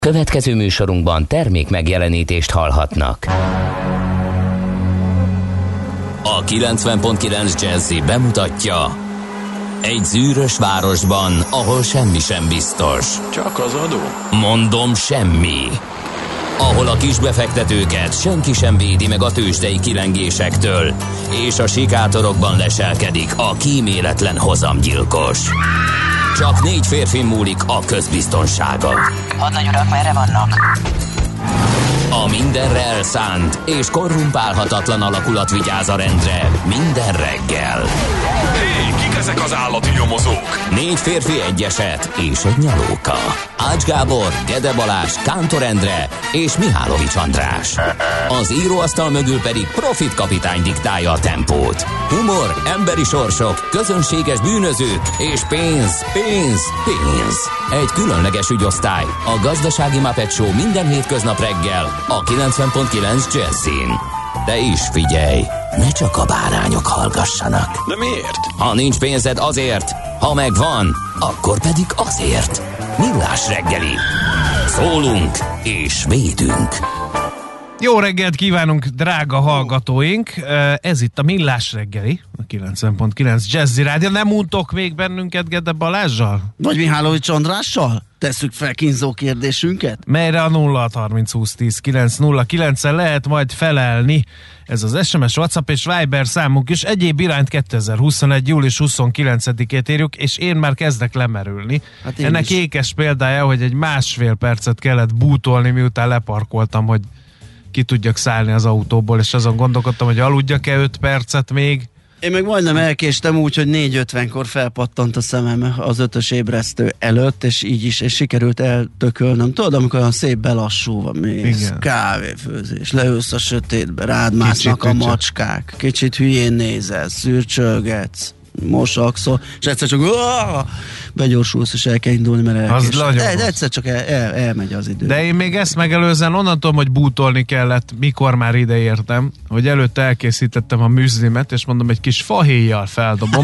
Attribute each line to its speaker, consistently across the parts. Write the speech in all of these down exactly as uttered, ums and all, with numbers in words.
Speaker 1: Következő műsorunkban termék megjelenítést hallhatnak. A kilencven pont kilenc Jazzy bemutatja: egy zűrös városban, ahol semmi sem biztos.
Speaker 2: Csak az adó?
Speaker 1: Mondom, semmi. Ahol a kisbefektetőket senki sem védi meg a tőzsdei kilengésektől, és a sikátorokban leselkedik a kíméletlen hozamgyilkos. Csak négy férfi múlik a közbiztonsága.
Speaker 3: Hadnagy urak, merre vannak?
Speaker 1: A mindenre elszánt és korrumpálhatatlan alakulat vigyáz a rendre minden reggel.
Speaker 2: Hé, kik ezek az állati nyomozók?
Speaker 1: Négy férfi, egy eset és egy nyalóka. Ács Gábor, Gede Balázs, Kántor Endre és Mihálovics András. Az íróasztal mögül pedig Profit kapitány diktálja a tempót. Humor, emberi sorsok, közönséges bűnözők és pénz, pénz, pénz. Egy különleges ügyosztály, a Gazdasági Muppet Show minden hétköznap reggel a kilencven pont kilenc Jazzyn. De is figyelj, ne csak a bárányok hallgassanak.
Speaker 2: De miért?
Speaker 1: Ha nincs pénzed, azért, ha megvan, akkor pedig azért. Millás reggeli. Szólunk és védünk.
Speaker 4: Jó reggelt kívánunk, drága hallgatóink! Ez itt a Millás reggeli, a kilencven pont kilenc Jazzy Rádió. Nem untok még bennünket Gede Balázssal?
Speaker 5: Vagy Mihálovics Andrással? Tesszük fel kínzó kérdésünket?
Speaker 4: Melyre a nulla harminc húsz tíz kilenc nulla kilenc-en lehet majd felelni. Ez az es em es, WhatsApp és Viber számunk is. Egyéb irányt kétezer-huszonegy. július huszonkilencedikét írjuk, és én már kezdek lemerülni. Hát ennek is ékes példája, hogy egy másfél percet kellett bútolni, miután leparkoltam, hogy ki tudjak szállni az autóból, és azon gondolkodtam, hogy aludjak-e öt percet még.
Speaker 5: Én meg majdnem elkéstem úgy, hogy négy ötvenkor felpattant a szemem az ötös ébresztő előtt, és így is, és sikerült eltökölnöm. Tudod, amikor olyan szép belassul van, mész, kávéfőzés, leülsz a sötétbe, rád másznak a macskák, kicsit hülyén nézel, szürcsölgetsz, mosakszol, és egyszer csak uah, begyorsulsz, és el kell indulni, mert elkéstem. De, de egyszer csak el, el, elmegy az idő.
Speaker 4: De én még ezt megelőzően onnan tudom, hogy bútolni kellett, mikor már ide értem, hogy előtte elkészítettem a műzlimet, és mondom, egy kis fahéjjal feldobom,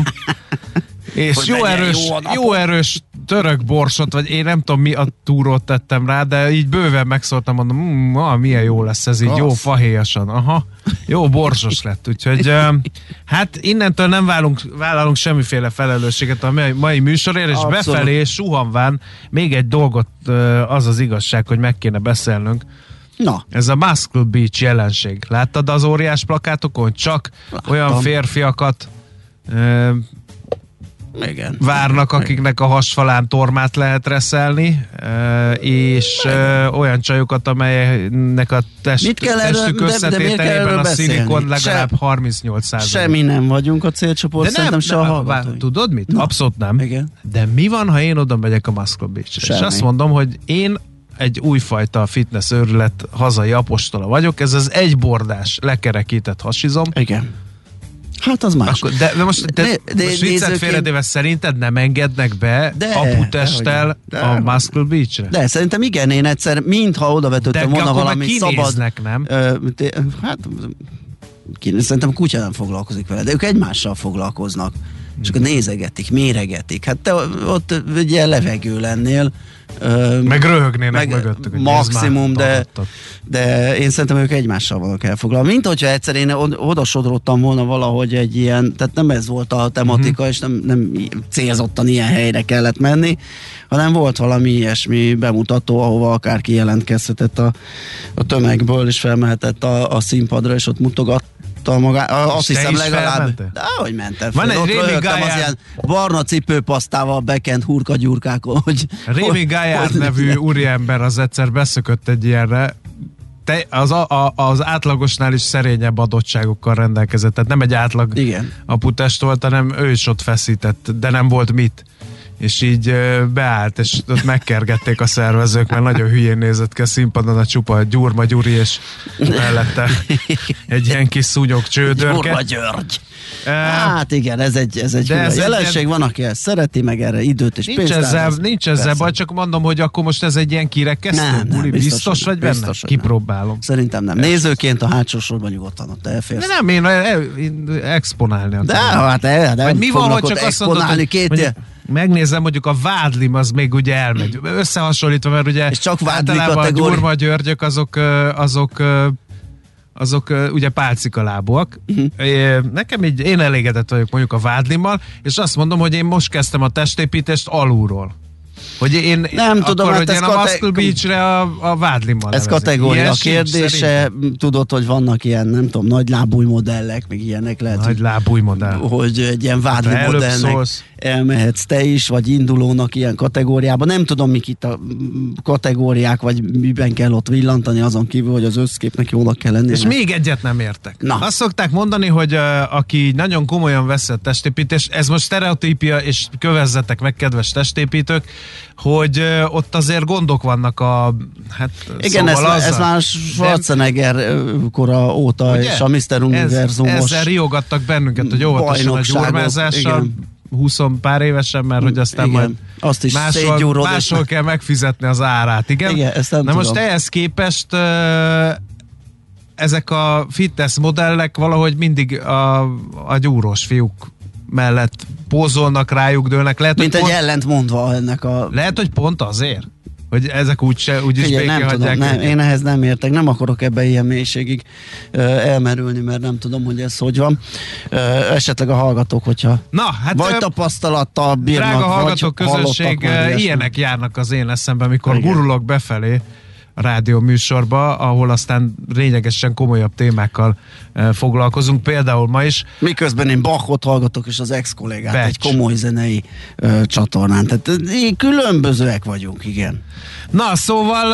Speaker 4: és jó erős, jó, jó erős török borsot, vagy én nem tudom mi a túrót tettem rá, de így bőven megszóltam, mondom, mmm, ah, milyen jó lesz ez így, Kasz. Jó fahéjasan, aha, jó borsos lett, úgyhogy hát innentől nem vállalunk, vállalunk semmiféle felelősséget a mai műsorért, és abszolút befelé suhanván még egy dolgot, az az igazság, hogy meg kéne beszélnünk. Na. Ez a Muscle Beach jelenség. Láttad az óriás plakátokon? Csak Láttam. olyan férfiakat
Speaker 5: Igen.
Speaker 4: várnak, akiknek a hasfalán tormát lehet reszelni, és olyan csajokat, amelynek a test, testük összetételében a szilikon legalább Se, harmincnyolc százalék.
Speaker 5: Semmi nem vagyunk a célcsoport, de nem, szerintem nem, se a
Speaker 4: Tudod mit?
Speaker 5: Na.
Speaker 4: Abszolút nem.
Speaker 5: Igen.
Speaker 4: De mi van, ha én oda megyek a Muscle Beach-re? És azt mondom, hogy én egy újfajta fitness őrület hazai apostola vagyok, ez az egybordás lekerekített hasizom.
Speaker 5: Igen. Hát az más.
Speaker 4: Akkor, de, de most, de, de, de most viccet félredéve szerinted nem engednek be de, aputesttel de, a Muscle Beach-re?
Speaker 5: De szerintem igen, én egyszer mintha odavetődtem volna valami szabad...
Speaker 4: nem?
Speaker 5: Ö, de, hát ki, szerintem a kutya nem foglalkozik vele, de ők egymással foglalkoznak. És akkor nézegetik, méregetik. Hát te ott ugye levegő lennél. Ö,
Speaker 4: meg röhögnének meg mögöttük.
Speaker 5: Maximum, de, de én szerintem ők egymással vannak elfoglalva. Mint hogyha egyszer én oda sodrottam volna valahogy egy ilyen, tehát nem ez volt a tematika, uh-huh. és nem, nem célzottan ilyen helyre kellett menni, hanem volt valami ilyesmi bemutató, ahova akárki jelentkezhetett a, a tömegből, és felmehetett a, a színpadra, és ott mutogat magát, azt hiszem legalább. De ahogy mentem fel. Van egy Rémi Gájár... az ilyen barna cipőpasztával bekent hurkagyurkákon, hogy...
Speaker 4: Rémi Gájár nevű úriember az egyszer beszökött egy ilyenre, te, az, a, a, az átlagosnál is szerényebb adottságokkal rendelkezett, tehát nem egy átlag Igen. aputest volt, hanem ő is ott feszített, de nem volt mit. És így beállt, és ott megkergették a szervezők, mert nagyon hülyén nézett ki a színpadon a csupa Gyurma Gyuri, és mellette egy ilyen kis szúnyog csődörke.
Speaker 5: Gyurma György. Uh, hát igen, ez egy, ez egy ez jelenség, egy... van, aki ezt szereti, meg erre időt és
Speaker 4: nincs
Speaker 5: pénzt
Speaker 4: ezzel,
Speaker 5: áll,
Speaker 4: nincs ezzel baj, csak mondom, hogy akkor most ez egy ilyen kirekesztő nem, buli, nem, biztos, biztos vagy benne? Biztos, Kipróbálom. Nem.
Speaker 5: Szerintem nem. Nézőként a hátsó sorban nyugodtan ott elférsz.
Speaker 4: De nem, én, én exponálni
Speaker 5: de, hát el, de
Speaker 4: mi van, hogy csak azt mondod,
Speaker 5: két
Speaker 4: hogy, Megnézem, mondjuk a vádlim az még ugye elmegy. Összehasonlítva, mert ugye
Speaker 5: és csak
Speaker 4: általában a gyurma györgyök azok, azok azok uh, ugye pálcikalábúak. Uh-huh. Nekem így, én elégedett vagyok mondjuk a vádlimmal, és azt mondom, hogy én most kezdtem a testépítést alulról. Hogy én
Speaker 5: nem
Speaker 4: akkor,
Speaker 5: tudom,
Speaker 4: hogy
Speaker 5: hát
Speaker 4: én
Speaker 5: ez
Speaker 4: a
Speaker 5: kate-
Speaker 4: Muscle Beach-re a, a vádlimmal
Speaker 5: ez
Speaker 4: levezek.
Speaker 5: kategória
Speaker 4: Ilyen
Speaker 5: kérdése.
Speaker 4: sincs,
Speaker 5: tudod, hogy vannak ilyen, nem tudom, nagy lábúj modellek, még ilyenek lehet.
Speaker 4: Nagy lábúj modell.
Speaker 5: Hogy egy ilyen vádli
Speaker 4: hát,
Speaker 5: modellnek elmehetsz te is, vagy indulónak ilyen kategóriában. Nem tudom, mik itt a kategóriák, vagy miben kell ott villantani, azon kívül, hogy az összképnek jónak kell lenni.
Speaker 4: És még egyet nem értek. Na. Azt szokták mondani, hogy uh, aki nagyon komolyan vesz a testépítés, ez most sztereotípia, és kövezzetek meg, kedves testépítők, hogy uh, ott azért gondok vannak a... Hát,
Speaker 5: igen,
Speaker 4: szóval
Speaker 5: ez, ez már Schwarzenegger kora óta, ugye? És a miszter Univerzumos
Speaker 4: ez, ezzel riogattak bennünket, hogy óvatosan a gyurmázással, húsz pár évesen, mert hogy aztán igen, majd
Speaker 5: azt is
Speaker 4: máshol, máshol kell megfizetni az árát. Igen,
Speaker 5: igen, ezt nem
Speaker 4: na
Speaker 5: tudom.
Speaker 4: most ehhez képest uh, ezek a fitness modellek valahogy mindig a, a gyúrós fiúk mellett pózolnak, rájuk dőlnek. Lehet,
Speaker 5: mint egy
Speaker 4: pont,
Speaker 5: ellentmondva ennek a...
Speaker 4: Lehet, hogy pont azért, hogy ezek úgyse, úgyis béké
Speaker 5: nem
Speaker 4: hagyják.
Speaker 5: tudom, nem, én ehhez nem értek, nem akarok ebbe ilyen mélységig ö, elmerülni, mert nem tudom, hogy ez hogy van. Ö, esetleg a hallgatók, hogyha
Speaker 4: Na, hát
Speaker 5: vagy tapasztalattal bírnak,
Speaker 4: drága hallgató közönség, ilyenek járnak az én eszembe, amikor igen, gurulok befelé a rádió műsorba, ahol aztán lényegesen komolyabb témákkal e, foglalkozunk, például ma is.
Speaker 5: Miközben én Bachot hallgatok, és az ex-kollégát Becs. Egy komoly zenei ö, csatornán. Tehát így különbözőek vagyunk, igen.
Speaker 4: Na, szóval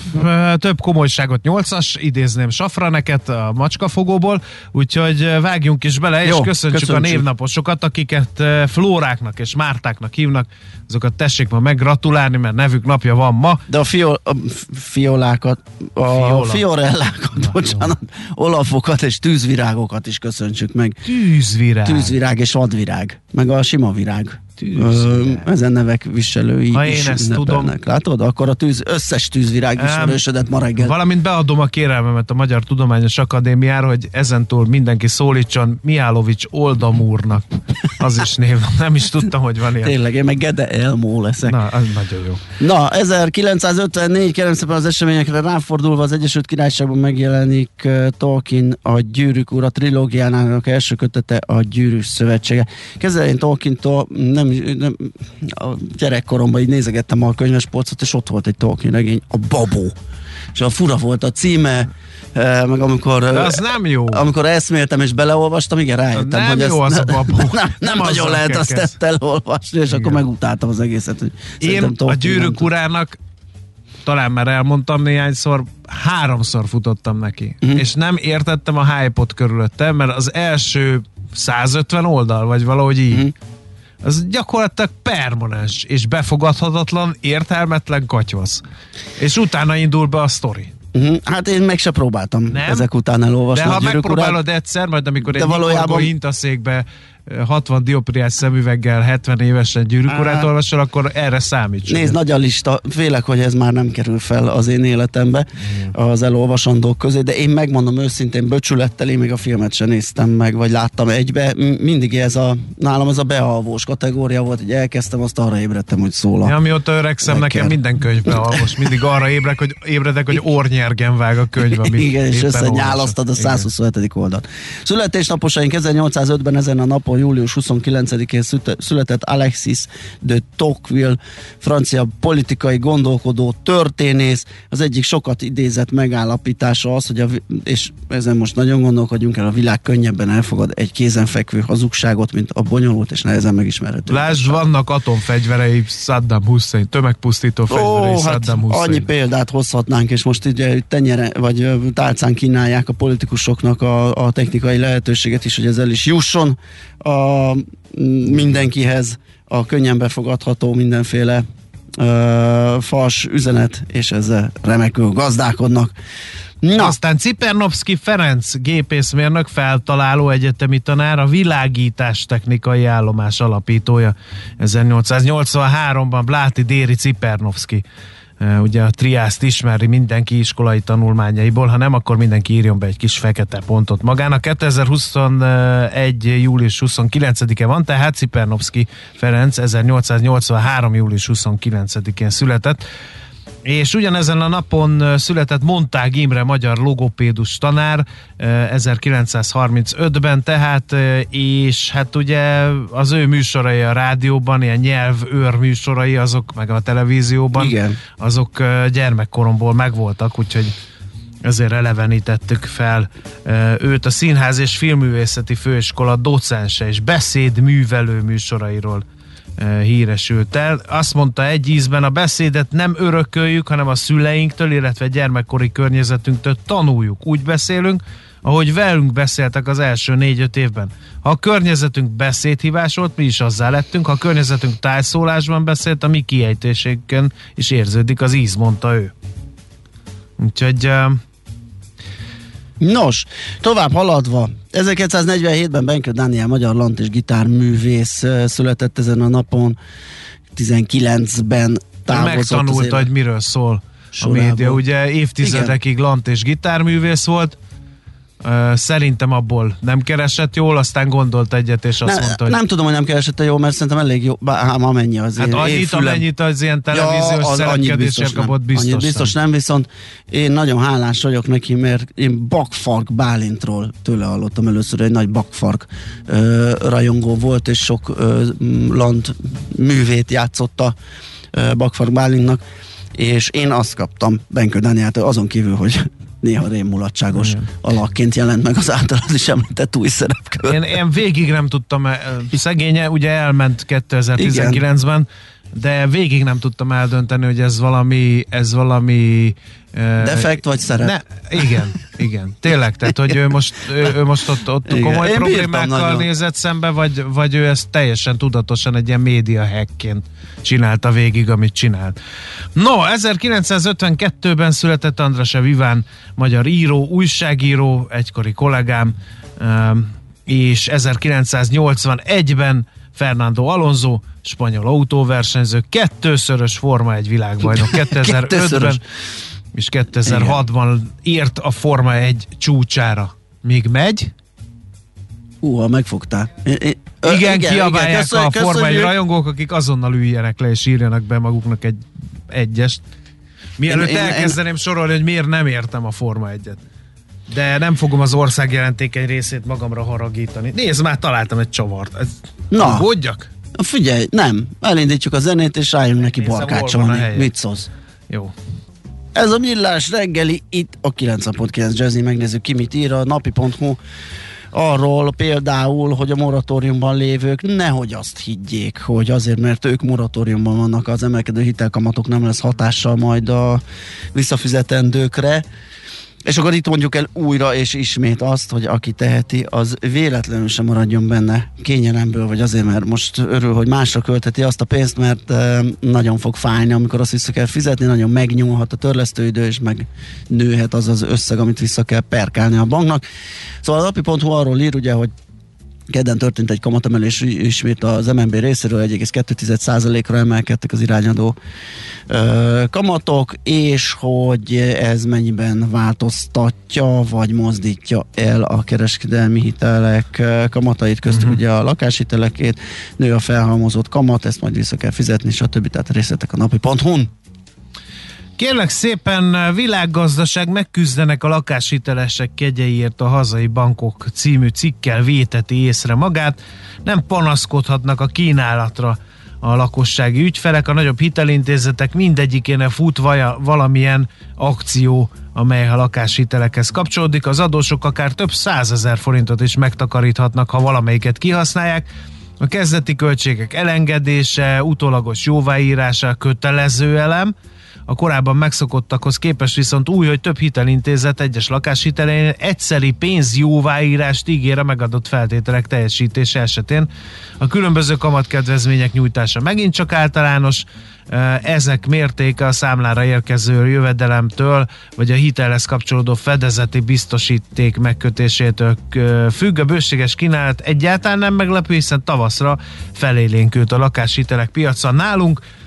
Speaker 4: ö, több komolyságot nyolcas, idézném Safraneket a macskafogóból, úgyhogy vágjunk is bele, Jó, és köszöntsük, köszöntsük a névnaposokat, akiket Flóráknak és Mártáknak hívnak, azokat tessék ma meggratulálni, mert nevük napja van ma.
Speaker 5: De a, fiol, a fiolákat, a Fiola. fiorellákat, Na, bocsánat, jó. olafokat és tűzvirágokat is köszöntsük meg.
Speaker 4: Tűzvirág.
Speaker 5: Tűzvirág és vadvirág, meg a sima virág. Ö, ezen nevek viselői
Speaker 4: ha
Speaker 5: is
Speaker 4: én ezt tudom.
Speaker 5: Látod? Akkor a tűz, összes tűzvirág ismerősödött ma reggel.
Speaker 4: Valamint beadom a kérelmemet a Magyar Tudományos Akadémiára, hogy ezentúl mindenki szólítson Mihálovics Oldamúrnak. Az is név. Nem is tudtam, hogy van ilyen.
Speaker 5: Tényleg, én meg Gede Elmó leszek.
Speaker 4: Na, az nagyon jó.
Speaker 5: Na, ezerkilencszázötvennégy, kérem szépen az eseményekre ráfordulva, az Egyesült Királyságban megjelenik uh, Tolkien a Gyűrűk Ura trilógiának első kötete, a Gyűrűs Szövetsége. Kezdve én Tolkientól nem, nem, a gyerekkoromban így nézegettem a könyvespolcot, és ott volt egy Tolkien regény, a Babó. És a fura volt a címe, meg amikor,
Speaker 4: de az nem jó.
Speaker 5: Amikor eszméltem és beleolvastam, igen, rájöttem,
Speaker 4: nem
Speaker 5: hogy
Speaker 4: jó
Speaker 5: ezt
Speaker 4: az
Speaker 5: ne,
Speaker 4: a Babó.
Speaker 5: nem, nem, nem nagyon lehet azt ezt elolvasni, és igen, akkor megutáltam az egészet. Hogy
Speaker 4: én a Gyűrűk Urának talán már elmondtam néhányszor, háromszor futottam neki. Uh-huh. És nem értettem a hype-ot körülöttem, mert az első százötven oldal, vagy valahogy így, uh-huh, az gyakorlatilag permanens és befogadhatatlan, értelmetlen katyvasz. És utána indul be a sztori.
Speaker 5: Uh-huh. Hát én meg se próbáltam nem? ezek után elolvasni.
Speaker 4: De ha megpróbálod urát, egyszer, majd amikor egy valójában hintaszékbe hatvan diopriás szemüveggel hetven évesen Gyűrűk Urát olvasol, akkor erre számíts.
Speaker 5: Nézd, nagy a lista, félek, hogy ez már nem kerül fel az én életembe mm. az elolvasandók közé, de én megmondom őszintén, böcsülettel, én még a filmet sem néztem meg, vagy láttam egybe. Mindig ez a, nálam ez a bealvós kategória volt, hogy elkezdtem, azt arra ébredtem, hogy szól a...
Speaker 4: Ja, amióta öregszem, nekem minden könyv bealvos. Mindig arra ébredek, hogy, ébredek, hogy ornyergen vág a könyv, amit
Speaker 5: igen, és összenyálasztad a százhuszonhetedik oldalt. Születésnaposaink ezernyolcszázötben ezen a napon július huszonkilencedikén született Alexis de Tocqueville, francia politikai gondolkodó, történész. Az egyik sokat idézett megállapítása az, hogy a, és ezen most nagyon gondolkodjunk el, a világ könnyebben elfogad egy kézenfekvő hazugságot, mint a bonyolult és nehezen megismerhető.
Speaker 4: Lásd, vannak atomfegyverei Saddam Hussein, tömegpusztító fegyverei
Speaker 5: Ó,
Speaker 4: Saddam
Speaker 5: hát
Speaker 4: Hussein.
Speaker 5: Annyi példát hozhatnánk, és most ugye tenyere, vagy tálcán kínálják a politikusoknak a, a technikai lehetőséget is, hogy ez el is jusson a mindenkihez a könnyen befogadható mindenféle ö, fals üzenet, és ezzel remekül gazdálkodnak. Na.
Speaker 4: Aztán Cipernovszky Ferenc gépészmérnök, feltaláló, egyetemi tanár, a világítás technikai állomás alapítója. ezernyolcszáznyolcvanháromban Bláti Déri Cipernovszky ugye a triászt ismeri mindenki iskolai tanulmányaiból, ha nem, akkor mindenki írjon be egy kis fekete pontot magának. kétezer-huszonegy. július huszonkilencedike van, tehát Cipernovszky Ferenc ezernyolcszáznyolcvanhárom. július huszonkilencedikén született, és ugyanezen a napon született Montág Imre, magyar logopédus tanár ezerkilencszázharmincötben, tehát, és hát ugye az ő műsorai a rádióban, ilyen nyelvőr műsorai, azok meg a televízióban,
Speaker 5: igen,
Speaker 4: azok gyermekkoromból megvoltak, úgyhogy ezért elevenítettük fel őt. A Színház és Filmművészeti Főiskola docense és beszédművelő műsorairól híresült el. Azt mondta egy ízben, a beszédet nem örököljük, hanem a szüleinktől, illetve gyermekkori környezetünktől tanuljuk. Úgy beszélünk, ahogy velünk beszéltek az első négy-öt évben. Ha a környezetünk beszédhívás volt, mi is azzá lettünk, ha a környezetünk tájszólásban beszélt, a mi kiejtéseken is érződik az íz, mondta ő. Úgyhogy uh,
Speaker 5: nos, tovább haladva, ezerkilencszáznegyvenhétben Benkő Dániel, magyar lant- és gitárművész született ezen a napon, tizenkilencben távozott.
Speaker 4: Megtanulta, hogy miről szól sorából a média. Ugye évtizedekig igen, lant- és gitárművész volt, Uh, szerintem abból nem keresett jól, aztán gondolt egyet, és azt
Speaker 5: ne,
Speaker 4: mondta, hogy...
Speaker 5: Nem tudom, hogy nem keresett jól, mert szerintem elég jó, bár amennyi az
Speaker 4: hát
Speaker 5: én
Speaker 4: annyit,
Speaker 5: évfülem.
Speaker 4: amennyit az ilyen televíziós ja, szerepkedésért kapott, biztos
Speaker 5: nem. biztos nem, viszont én nagyon hálás vagyok neki, mert én Bakfark Bálintról tőle hallottam először, egy nagy Bakfark uh, rajongó volt, és sok uh, land művét játszotta uh, Bakfark Bálintnak, és én azt kaptam Benkő Dánieltől, azon kívül, hogy néha rémmulatságos alakként jelent meg az általad is említett új szerepkör.
Speaker 4: Én, én végig nem tudtam, szegénye ugye elment kétezer-tizenkilencben, de végig nem tudtam eldönteni, hogy ez valami, ez valami
Speaker 5: defekt vagy szerep? Ne,
Speaker 4: igen, igen. Tényleg, tehát, hogy ő most, ő, ő most ott, ott komoly problémákkal nézett szembe, vagy, vagy ő ezt teljesen tudatosan egy ilyen média hackként csinálta végig, amit csinált. No, ezerkilencszázötvenkettőben született Andrasev Iván, magyar író, újságíró, egykori kollégám, és ezerkilencszáznyolcvanegyben Fernando Alonso, spanyol autóversenyző, kettőszörös Forma egy világbajnok, kétezer-ötben és kétezer-hatban ért a Forma egy csúcsára. Még megy?
Speaker 5: Húha, megfogtál. I- I-
Speaker 4: igen, igen, kiabálják
Speaker 5: igen, köszönjük,
Speaker 4: a Forma egy rajongók, akik azonnal üljenek le és írjanak be maguknak egy egyest. Mielőtt én, elkezdeném én, sorolni, hogy miért nem értem a Forma egyet. De nem fogom az országjelentékeny részét magamra haragítani. Nézd, már találtam egy csavart. Ez
Speaker 5: na,
Speaker 4: aggódjak?
Speaker 5: Figyelj, nem. Elindítjuk a zenét, és álljunk neki barkácsolni. Mit szólsz?
Speaker 4: Jó.
Speaker 5: Ez a Millás reggeli, itt a kilencven pont kilenc Jazzy, megnézzük ki mit ír a napi pont hu arról például, hogy a moratóriumban lévők nehogy azt higgyék, hogy azért, mert ők moratóriumban vannak, az emelkedő hitelkamatok nem lesz hatással majd a visszafizetendőkre. És akkor itt mondjuk el újra és ismét azt, hogy aki teheti, az véletlenül sem maradjon benne kényelemből, vagy azért, mert most örül, hogy másra költeti azt a pénzt, mert e, nagyon fog fájni, amikor azt vissza kell fizetni, nagyon megnyúlhat a törlesztőidő, és meg nőhet az az összeg, amit vissza kell perkálni a banknak. Szóval a napi pont hu arról ír, ugye, hogy kedden történt egy kamatemelés ismét az em en bé részéről, egy egész kettő százalékra emelkedtek az irányadó ö, kamatok, és hogy ez mennyiben változtatja, vagy mozdítja el a kereskedelmi hitelek kamatait, köztük uh-huh. ugye a lakáshitelekét, nő a felhalmozott kamat, ezt majd vissza kell fizetni, stb. Tehát részletek a napi pont hu-n.
Speaker 4: Kérlek szépen, világgazdaság, megküzdenek a lakáshitelesek kegyeiért, a hazai bankok című cikkel véteti észre magát. Nem panaszkodhatnak a kínálatra a lakossági ügyfelek, a nagyobb hitelintézetek mindegyikének fut valamilyen akció, amely a lakáshitelekhez kapcsolódik. Az adósok akár több százezer forintot is megtakaríthatnak, ha valamelyiket kihasználják. A kezdeti költségek elengedése, utólagos jóváírása kötelező elem. A korábban megszokottakhoz képest viszont új, hogy több hitelintézet egyes lakáshitelein egyszeri pénzjóváírást ígér a megadott feltételek teljesítése esetén. A különböző kamatkedvezmények nyújtása megint csak általános, ezek mértéke a számlára érkező jövedelemtől, vagy a hitelhez kapcsolódó fedezeti biztosíték megkötésétől függ. A bőséges kínálat egyáltalán nem meglepő, hiszen tavaszra felélénkült a lakáshitelek piaca nálunk.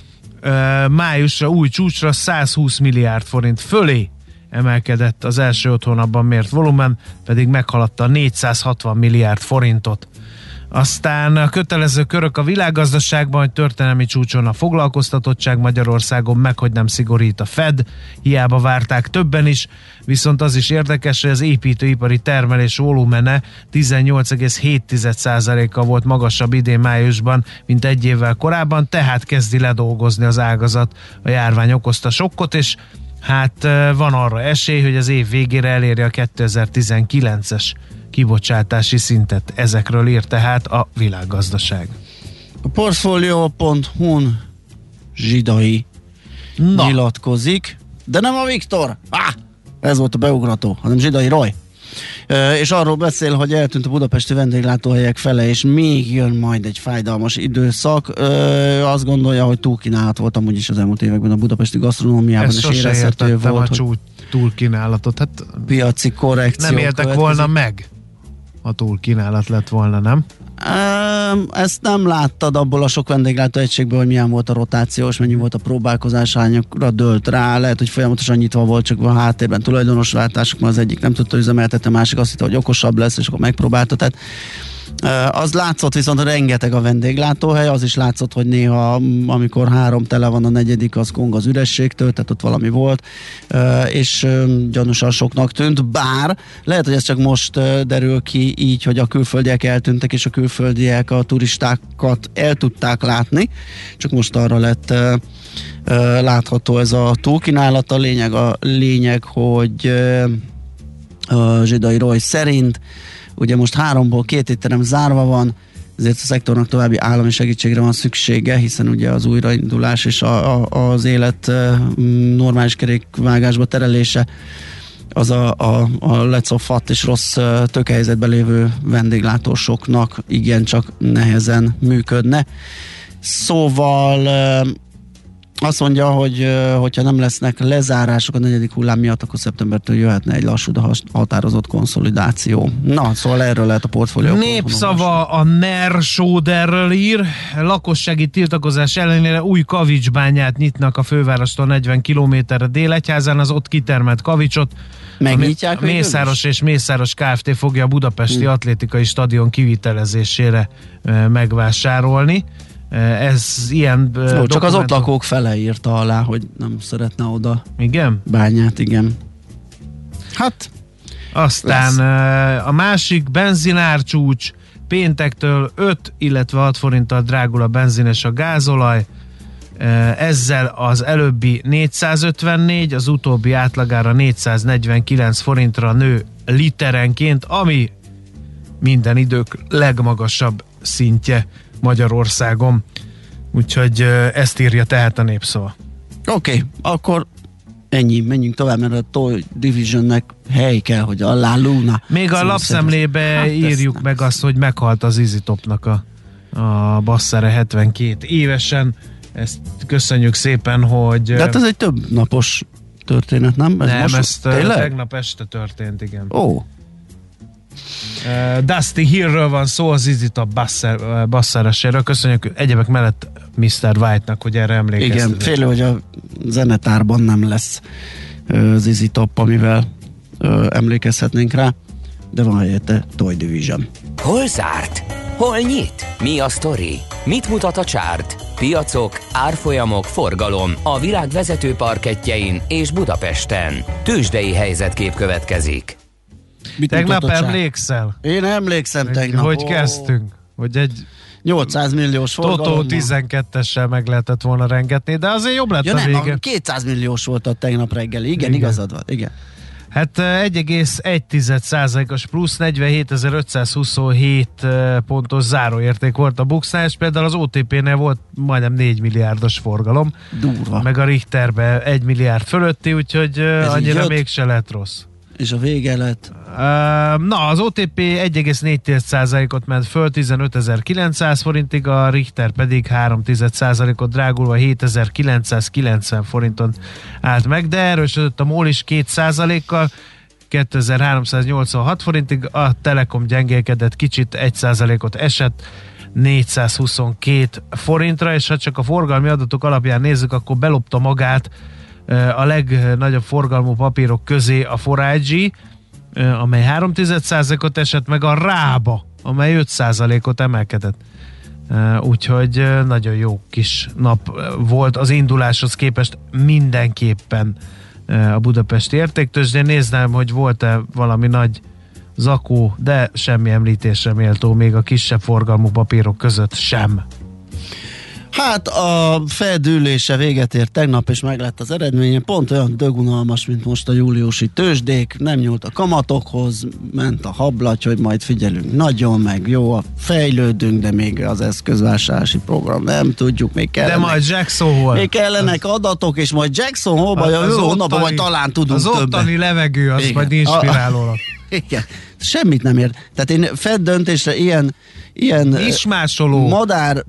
Speaker 4: májusra új csúcsra százhúsz milliárd forint fölé emelkedett az első öt hónapban mért volumen, pedig meghaladta négyszázhatvan milliárd forintot. Aztán a kötelező körök a világgazdaságban, hogy történelmi csúcson a foglalkoztatottság Magyarországon, meg hogy nem szigorít a Fed, hiába várták többen is, viszont az is érdekes, hogy az építőipari termelés volumene tizennyolc egész hét százaléka volt magasabb idén májusban, mint egy évvel korábban, tehát kezdi ledolgozni az ágazat a járvány okozta sokkot, és hát van arra esély, hogy az év végére eléri a kétezer-tizenkilences kibocsátási szintet. Ezekről ír tehát a világgazdaság.
Speaker 5: A portfolio pont hu-n Zsidai Na. nyilatkozik, de nem a Viktor. Ah, ez volt a beugrató, hanem Zsidai Roy. E, és arról beszél, hogy eltűnt a budapesti vendéglátóhelyek fele, és még jön majd egy fájdalmas időszak. E, azt gondolja, hogy túlkínálat volt amúgy is az elmúlt években a budapesti gasztronómiában, és érezhető volt,
Speaker 4: a hogy túlkínálatot. Hát
Speaker 5: piaci korrekció.
Speaker 4: Nem éltek következik. volna meg, ha túlkínálat lett volna, nem?
Speaker 5: Ezt nem láttad abból a sok vendéglátóegységből, hogy milyen volt a rotációs, mennyi volt a próbálkozás, hányakra dőlt rá, lehet, hogy folyamatosan nyitva volt, csak a háttérben tulajdonosváltások, mert az egyik nem tudta üzemeltetni, a másik azt hitte, hogy okosabb lesz, és akkor megpróbálta. Tehát az látszott viszont, hogy rengeteg a vendéglátóhely, az is látszott, hogy néha, amikor három tele van, a negyedik az kong az ürességtől, tehát ott valami volt, és gyanúsan soknak tűnt, bár lehet, hogy ez csak most derül ki így, hogy a külföldiek eltűntek, és a külföldiek a turistákat el tudták látni, csak most arra lett látható ez a túlkínálat. A lényeg, a lényeg, hogy a Zsidai Roy szerint ugye most háromból két étterem zárva van, ezért a szektornak további állami segítségre van szüksége, hiszen ugye az újraindulás és a, a, az élet normális kerékvágásba terelése az a, a, a lecofadt és rossz tőkehelyzetben lévő vendéglátósoknak igencsak nehezen működne. Szóval azt mondja, hogy hogyha nem lesznek lezárások a negyedik hullám miatt, akkor szeptembertől jöhetne egy lassú, de határozott konszolidáció. Na, szóval erről lehet a portfólió.
Speaker 4: Népszava a Nersóderről ír. Lakossági tiltakozás ellenére új kavicsbányát nyitnak a fővárostól negyven kilométerre Délegyházán. Az ott kitermelt kavicsot
Speaker 5: megnyitják.
Speaker 4: A Mészáros és Mészáros Kft. Fogja a budapesti hmm. atlétikai stadion kivitelezésére megvásárolni. Ez ilyen
Speaker 5: Jó, csak az ott lakók fele írta alá, hogy nem szeretne oda
Speaker 4: igen?
Speaker 5: bányát, igen. Hát
Speaker 4: aztán lesz. A másik benzinárcsúcs péntektől öt, illetve hat forinttal drágul a benzin és a gázolaj. Ezzel az előbbi négyszázötvennégy, az utóbbi átlagára négyszáznegyvenkilenc forintra nő literenként, ami minden idők legmagasabb szintje Magyarországon. Úgyhogy ezt írja tehát a Népszava.
Speaker 5: Oké, okay, akkor ennyi, menjünk tovább, mert a Toy Divisionnek hely kell, hogy a La Luna.
Speaker 4: Még a lapszemlébe hát írjuk meg azt, hogy meghalt az Easy Topnak a, a basszere hetvenkét évesen. Ezt köszönjük szépen, hogy...
Speaker 5: De hát ez egy több napos történet, nem?
Speaker 4: Ez nem, most ezt tényleg? Tegnap este történt, igen.
Speaker 5: Ó. Oh.
Speaker 4: Uh, Dusty Hillről van szó, az Easy Top basser, basszereséről. Köszönjük egyebek mellett miszter White-nak, hogy erre emlékeztetett.
Speaker 5: Igen, félő, hogy a zenetárban nem lesz uh, az Easy Top, amivel uh, emlékezhetnénk rá, de van helyette Toy Division.
Speaker 1: Hol zárt? Hol nyit? Mi a sztori? Mit mutat a csárt? Piacok, árfolyamok, forgalom a világ vezető parkettjein és Budapesten. Tőzsdei helyzetkép következik.
Speaker 4: Mit tegnap emlékszel?
Speaker 5: Én emlékszem
Speaker 4: hogy,
Speaker 5: tegnap.
Speaker 4: Hogy oh. kezdtünk? Hogy egy
Speaker 5: nyolcszáz milliós forgalom.
Speaker 4: Totó tizenkettessel meg lehetett volna rengetni, de azért jobb lett ja, a
Speaker 5: nem,
Speaker 4: vége.
Speaker 5: kétszáz milliós volt a tegnap reggel. Igen, igen, igazad van. Igen.
Speaker 4: Hát egy egész egy százalékos plusz, negyvenhétezer-ötszázhuszonhét pontos záróérték volt a Buxnál, és például az o té pé-nél volt majdnem négy milliárdos forgalom.
Speaker 5: Durva.
Speaker 4: Meg a Richterbe egy milliárd fölötti, úgyhogy ez annyira mégse lett rossz.
Speaker 5: És a vége lett?
Speaker 4: Uh, na, az o té pé egy egész négy százalékot ment föl, tizenötezer-kilencszáz forintig, a Richter pedig három százalékot drágulva hétezer-kilencszázkilencven forinton állt meg, de erősödött a MOL is két százalékkal, kétezer-háromszáznyolcvanhat forintig, a Telekom gyengélkedett kicsit, egy százalékot esett, négyszázhuszonkettő forintra, és ha csak a forgalmi adatok alapján nézzük, akkor belopta magát a legnagyobb forgalmú papírok közé a four I G, amely három egész egy százalékot esett, meg a Rába, amely öt százalékot emelkedett. Úgyhogy nagyon jó kis nap volt az induláshoz képest mindenképpen a budapesti értéktőzsdén. Nézném, hogy volt-e valami nagy zakó, de semmi említésre méltó, még a kisebb forgalmú papírok között sem.
Speaker 5: Hát a Fed ülése véget ért tegnap, és meg lett az eredménye, pont olyan dögunalmas, mint most a júliusi tőzsdék, nem nyúlt a kamatokhoz, ment a hablaty, hogy majd figyelünk nagyon, meg jó, fejlődünk, de még az eszközvásárlási program nem tudjuk, még kellenek,
Speaker 4: de majd Jackson Hole.
Speaker 5: Még kellenek adatok, és majd Jackson Hole-ban a jövő hónapban majd talán tudunk
Speaker 4: az
Speaker 5: többet.
Speaker 4: Az ottani levegő, az
Speaker 5: igen.
Speaker 4: majd inspirálólag.
Speaker 5: Igen, semmit nem ér. Tehát én Fed döntésre ilyen, ilyen
Speaker 4: ismásoló
Speaker 5: madár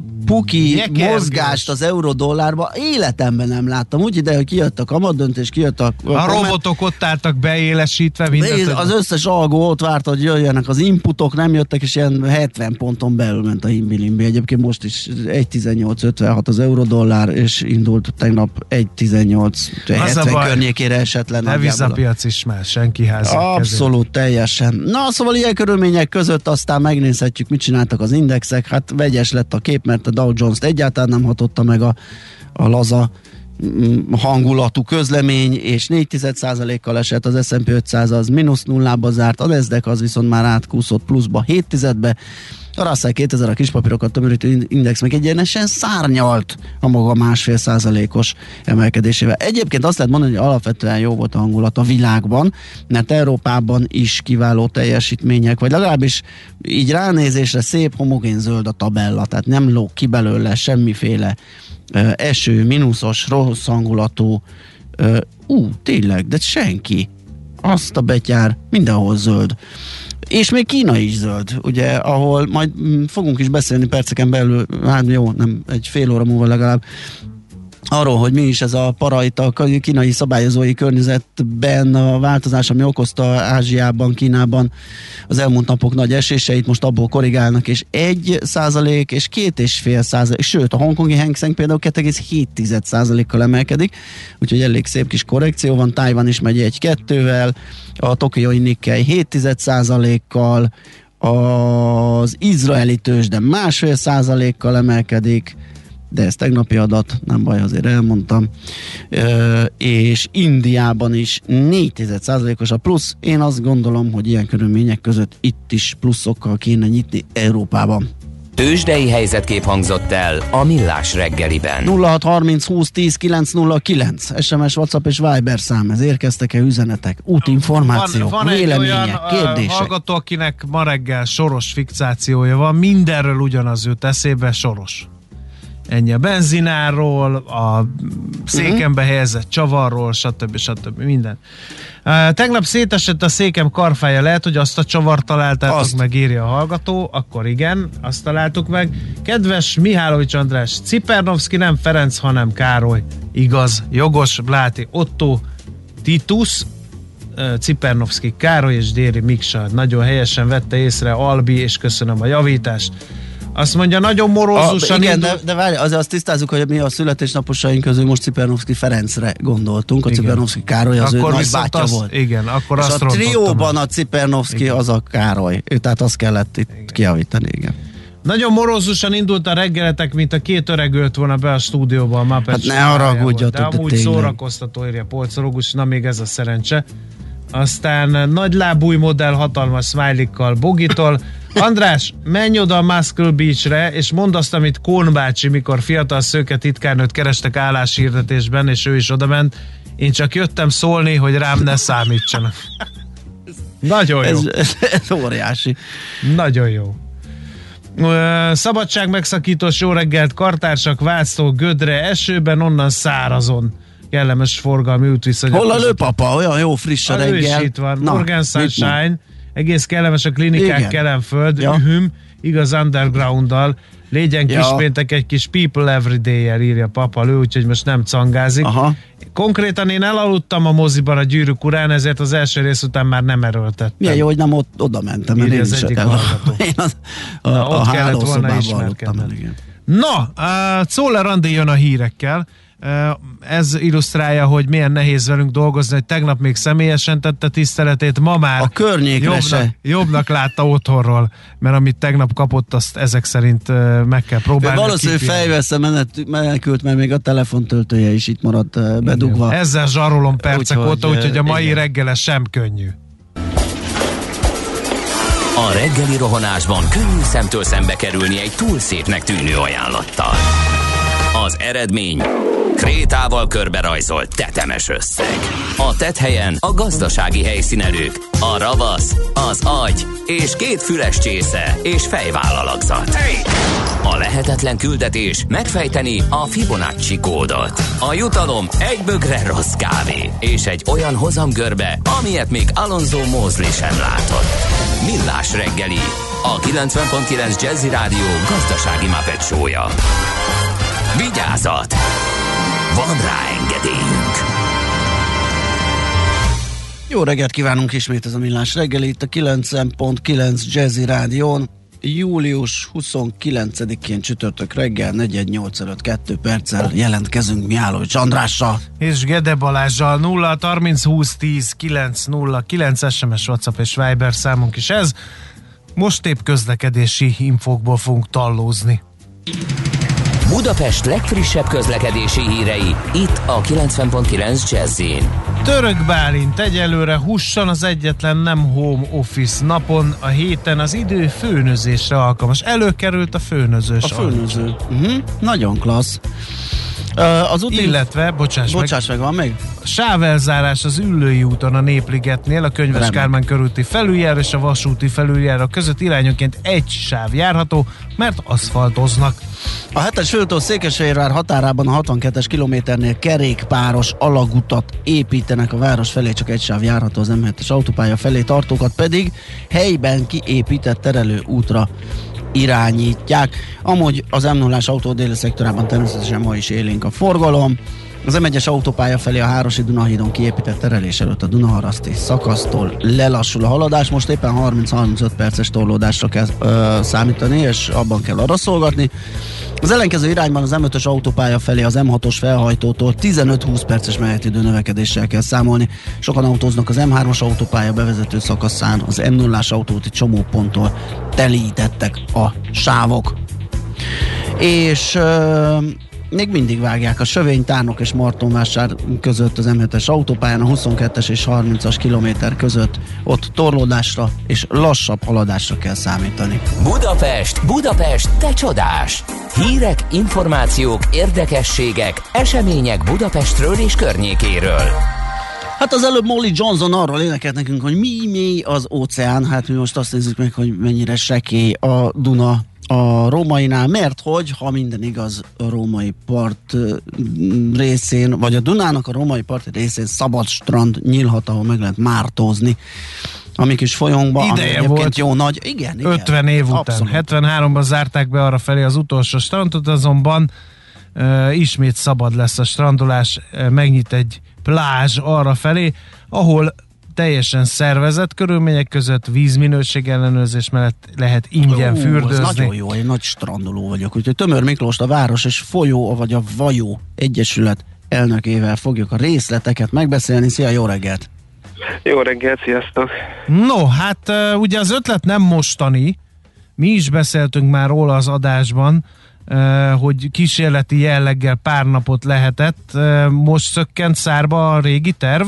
Speaker 5: puki
Speaker 4: Nyekergős
Speaker 5: mozgást az euró-dollárba életemben nem láttam. Úgy ide, hogy kijött a kamatdöntés, kijött a...
Speaker 4: A, a robotok ott álltak beélesítve mindent.
Speaker 5: Az összes algó ott várt, hogy jöjjenek az inputok, nem jöttek, és ilyen hetven ponton belül ment a himbi-limbi. Egyébként most is egy tizennyolc ötvenhat az euró-dollár, és indult tegnap egy tizennyolc hetven környékére esett le.
Speaker 4: Devizapiac is más, senki házi.
Speaker 5: Abszolút, teljesen. Na, szóval ilyen körülmények között aztán megnézhetjük, mit csináltak az indexek. Hát vegyes lett a kép, mert a Dow Jones-t egyáltalán nem hatotta meg a, a laza hangulatú közlemény, és négy egész egy százalékkal esett, az es and pé ötszáz az mínusz nullába zárt, a Nasdaq az viszont már átkúszott pluszba hét tizedbe, a Russell kétezer, a kispapírokat tömörítő index meg egyenesen szárnyalt a maga másfél százalékos emelkedésével. Egyébként azt lehet mondani, hogy alapvetően jó volt a hangulat a világban, mert Európában is kiváló teljesítmények, vagy legalábbis így ránézésre szép homogén zöld a tabella, tehát nem lóg ki belőle semmiféle uh, eső, mínuszos, rossz hangulatú, uh, ú, tényleg, de senki. Azt a betyár, mindenhol zöld. És még Kína is zöld, ugye, ahol majd fogunk is beszélni perceken belül, hát jó, nem, egy fél óra múlva legalább, arról, hogy mi is ez a para itt a kínai szabályozói környezetben a változás, ami okozta Ázsiában, Kínában az elmúlt napok nagy eséseit, most abból korrigálnak, és egy százalék és két és fél százalék, sőt a hongkongi Hang Seng például két egész hét százalékkal emelkedik, úgyhogy elég szép kis korrekció van, Tajvan is megy egy-kettővel, a tokiói Nikkei hét százalékkal, az izraeli tőzsde másfél százalékkal emelkedik, de ez tegnapi adat, nem baj, azért elmondtam, Ö, és Indiában is négy százalékos a plusz. Én azt gondolom, hogy ilyen körülmények között itt is pluszokkal kéne nyitni Európában.
Speaker 1: Tőzsdei helyzetkép hangzott el a Millás reggeliben.
Speaker 5: nulla hat harminc húsz tíz kilenc nulla kilenc es em es, WhatsApp és Viber szám, ez érkeztek-e üzenetek, útinformációk,
Speaker 4: van, van
Speaker 5: vélemények,
Speaker 4: olyan,
Speaker 5: kérdések?
Speaker 4: hallgató, akinek ma reggel Soros fixációja van, mindenről ugyanaz jut eszébe, Soros. Ennyi a benzináról, a székembe helyezett csavarról, stb. stb. Minden. Uh, tegnap szétesett a székem karfája, lehet, hogy azt a csavart találtátok azt meg, írja a hallgató, akkor igen, azt találtuk meg. Kedves Mihálovics András, Cipernovszki nem Ferenc, hanem Károly. Igaz, jogos, Bláti Otto, Titus, uh, Cipernovszki Károly és Déri Miksa. Nagyon helyesen vette észre Albi, és köszönöm a javítást. Azt mondja, nagyon morózusan...
Speaker 5: A, igen,
Speaker 4: indul...
Speaker 5: de, de várj, azért azt tisztázzuk, hogy mi a születésnaposaink közül most Cipernovszki Ferencre gondoltunk. A Cipernovszki Károly az akkor ő nagybátyja volt.
Speaker 4: Igen, akkor
Speaker 5: és
Speaker 4: azt
Speaker 5: a trióban
Speaker 4: meg.
Speaker 5: a Cipernovszki az a Károly. Tehát azt kellett itt igen. kijavítani, igen.
Speaker 4: Nagyon morózusan indult a reggeletek, mint a két öreg ölt volna be a stúdióban. Ma
Speaker 5: hát ne haragudjatok,
Speaker 4: de amúgy szórakoztató, írja Polcorogus, na még ez a szerencse. Aztán nagylábú új modell hatalmas smiley-kkal Bogitól. András, menj oda a Muscle Beachre, és mondd azt, amit Kohn bácsi, mikor fiatal szőke titkárnőt kerestek álláshirdetésben, és ő is odament. Én csak jöttem szólni, hogy rám ne számítsanak. Nagyon jó.
Speaker 5: Ez, ez, ez óriási.
Speaker 4: Nagyon jó. Szabadság megszakítós jó reggelt, kartársak, Váctól Gödre, esőben, onnan szárazon. Kellemes forgalmi útviszonyok.
Speaker 5: Hol a lőpapa? Olyan jó friss a reggel.
Speaker 4: Ő is itt van. Na, Morgan Sunshine, egész kellemes a klinikák,
Speaker 5: igen.
Speaker 4: Kelenföld,
Speaker 5: ja.
Speaker 4: Ühüm, igaz underground-dal, Légyen ja. Kispéntek egy kis People Everyday-jel, írja Papalő, úgyhogy most nem cangázik. Aha. Konkrétan én elaludtam a moziban a Gyűrűk urán, ezért az első rész után már nem erőltettem.
Speaker 5: Milyen jó, hogy nem ott, oda mentem, mert én is el, én az, a, Na, a, a hálószobában aludtam el, igen.
Speaker 4: Na, uh, Czoller Andi jön a hírekkel. Ez illusztrálja, hogy milyen nehéz velünk dolgozni, hogy tegnap még személyesen tette tiszteletét, ma már
Speaker 5: a környékre
Speaker 4: jobbnak,
Speaker 5: se.
Speaker 4: jobbnak látta otthonról, mert amit tegnap kapott, azt ezek szerint meg kell próbálni.
Speaker 5: Valószínűleg fejveszve menekült, mert még a telefontöltője is itt maradt bedugva.
Speaker 4: Igen. Ezzel zsarolom percek úgy, óta, úgyhogy a mai reggele sem könnyű.
Speaker 1: A reggeli rohanásban könnyű szemtől szembe kerülni egy túl szépnek tűnő ajánlattal. Az eredmény krétával körberajzolt tetemes összeg. A tetthelyen a gazdasági helyszínelők, a ravasz, az agy és két füles csésze és fejvállalakzat. A lehetetlen küldetés megfejteni a Fibonacci kódot. A jutalom egy bögre rossz kávé és egy olyan hozamgörbe, amilyet még Alonso Mosley sem látott. Millás reggeli, a kilencven pont kilenc Jazzy Rádió gazdasági Muppet show-ja. Vigyázat! Van rá engedélyünk!
Speaker 5: Jó reggelt kívánunk ismét, ez a Millás reggeli, itt a kilencven pont kilenc Jazzy Rádión. Július huszonkilencedikén csütörtök reggel, negyven nyolc előtt kettő perccel jelentkezünk Mihálovics Andrással.
Speaker 4: És Gede Balázsral. Nulla harminc húsz tíz kilenc nulla kilenc es em es, WhatsApp és Viber számunk is ez. Most épp közlekedési infókból fogunk tallózni.
Speaker 1: Budapest legfrissebb közlekedési hírei, itt a kilencven pont kilenc Jazzyn.
Speaker 4: Török Bálint egyelőre husson, az egyetlen nem home office napon a héten az idő főnözésre alkalmas. Előkerült a főnözős.
Speaker 5: A főnöző. Uh-huh. Nagyon klassz. Uh, az úti...
Speaker 4: Illetve, bocsáss,
Speaker 5: bocsáss meg, meg, van még?
Speaker 4: A sávelzárás az Üllői úton a Népligetnél, a Könyves Remek. Kálmán körúti felüljáró és a vasúti felüljáró között irányonként egy sáv járható, mert aszfaltoznak.
Speaker 5: A hetes főúton Székesfehérvár határában a hatvankettes kilométernél kerékpáros alagutat építenek a város felé, csak egy sáv járható, az em hetes autópálya felé tartókat pedig helyben kiépített terelő útra irányítják. Amúgy az em nullás autó déli szektorában természetesen ma is élénk a forgalom. Az em egyes autópálya felé a Hárosi Dunahídon kiépített terelés előtt a Dunaharaszti szakasztól lelassul a haladás. Most éppen harminc-harmincöt perces torlódásra kell ö, számítani, és abban kell arra szolgatni. Az ellenkező irányban az em ötös autópálya felé az em hatos felhajtótól tizenöt-húsz perces menetidő növekedéssel kell számolni. Sokan autóznak az em hármas autópálya bevezető szakaszán, az em nullás autóúti csomóponttól telítettek a sávok. És ö, még mindig vágják a Sövény, Tárnok és Martonvásár között az em hetes autópályán, a huszonkettes és harmincas kilométer között ott torlódásra és lassabb haladásra kell számítani.
Speaker 1: Budapest, Budapest, te csodás! Hírek, információk, érdekességek, események Budapestről és környékéről.
Speaker 5: Hát az előbb Molly Johnson arról énekelt nekünk, hogy mi mély az óceán, hát mi most azt nézzük meg, hogy mennyire sekély a Duna a rómainál, mert hogy, ha minden igaz, a római part részén, vagy a Dunának a római part részén szabad strand nyílhat, ahol meg lehet mártózni a mi kis folyónkban, ami egyébként jó nagy. Igen, igen.
Speaker 4: ötven év után. Abszolút. hetvenháromban zárták be arra felé az utolsó strandot, azonban uh, ismét szabad lesz a strandolás, uh, megnyit egy plázs arra felé, ahol teljesen szervezett körülmények között vízminőség ellenőrzés mellett lehet ingyen Ó, fürdőzni.
Speaker 5: Ez nagyon jó, én nagy strandoló vagyok. Úgyhogy Tömör Miklóst, a Város és Folyó, vagy a Vajó Egyesület elnökével fogjuk a részleteket megbeszélni. Szia, jó reggelt!
Speaker 6: Jó reggelt, sziasztok!
Speaker 4: No, hát ugye az ötlet nem mostani, mi is beszéltünk már róla az adásban, hogy kísérleti jelleggel pár napot lehetett. Most szökkent szárba a régi terv?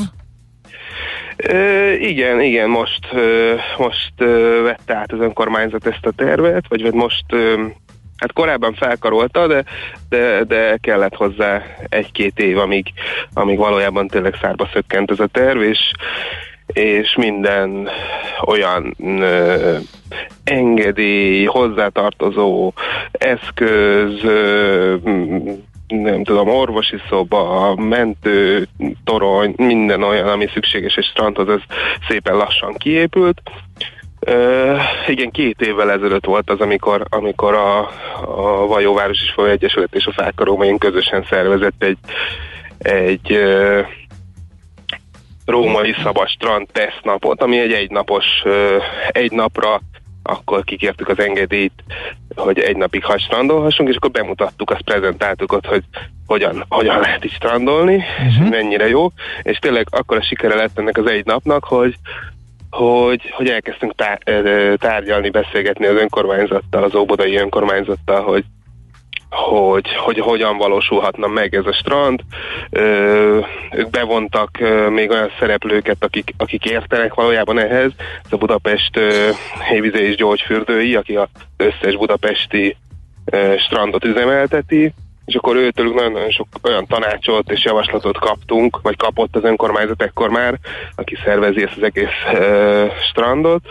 Speaker 6: Ö, igen, igen, most, ö, most ö, vette át az önkormányzat ezt a tervet, vagy most, ö, hát korábban felkarolta, de, de, de kellett hozzá egy-két év, amíg, amíg valójában tényleg szárba szökkent ez a terv, és, és minden olyan ö, engedély, hozzátartozó eszköz, ö, nem tudom, orvosi szoba, mentő, torony, minden olyan, ami szükséges egy strandhoz, ez szépen lassan kiépült. Uh, igen, két évvel ezelőtt volt az, amikor, amikor a, a Vajóváros és Falu Egyesület és a Fák a Rómain közösen szervezett egy, egy uh, római szabad strand tesztnapot, ami egy egynapos, uh, egy napra akkor kikértük az engedélyt, hogy egy napig hadd strandolhassunk, és akkor bemutattuk, azt prezentáltuk ott, hogy hogyan, hogyan lehet így strandolni, uh-huh. és mennyire jó, és tényleg akkor a sikere lett ennek az egy napnak, hogy Hogy, hogy elkezdtünk tá- tárgyalni, beszélgetni az önkormányzattal, az óbudai önkormányzattal, hogy, hogy, hogy hogyan valósulhatna meg ez a strand. Ö, ők bevontak ö, még olyan szereplőket, akik, akik értenek valójában ehhez. Ez a Budapest ö, hévízé és gyógyfürdői, aki az összes budapesti ö, strandot üzemelteti, és akkor őtőlük nagyon-nagyon sok olyan tanácsot és javaslatot kaptunk, vagy kapott az önkormányzat ekkor már, aki szervezi ezt az egész uh, strandot,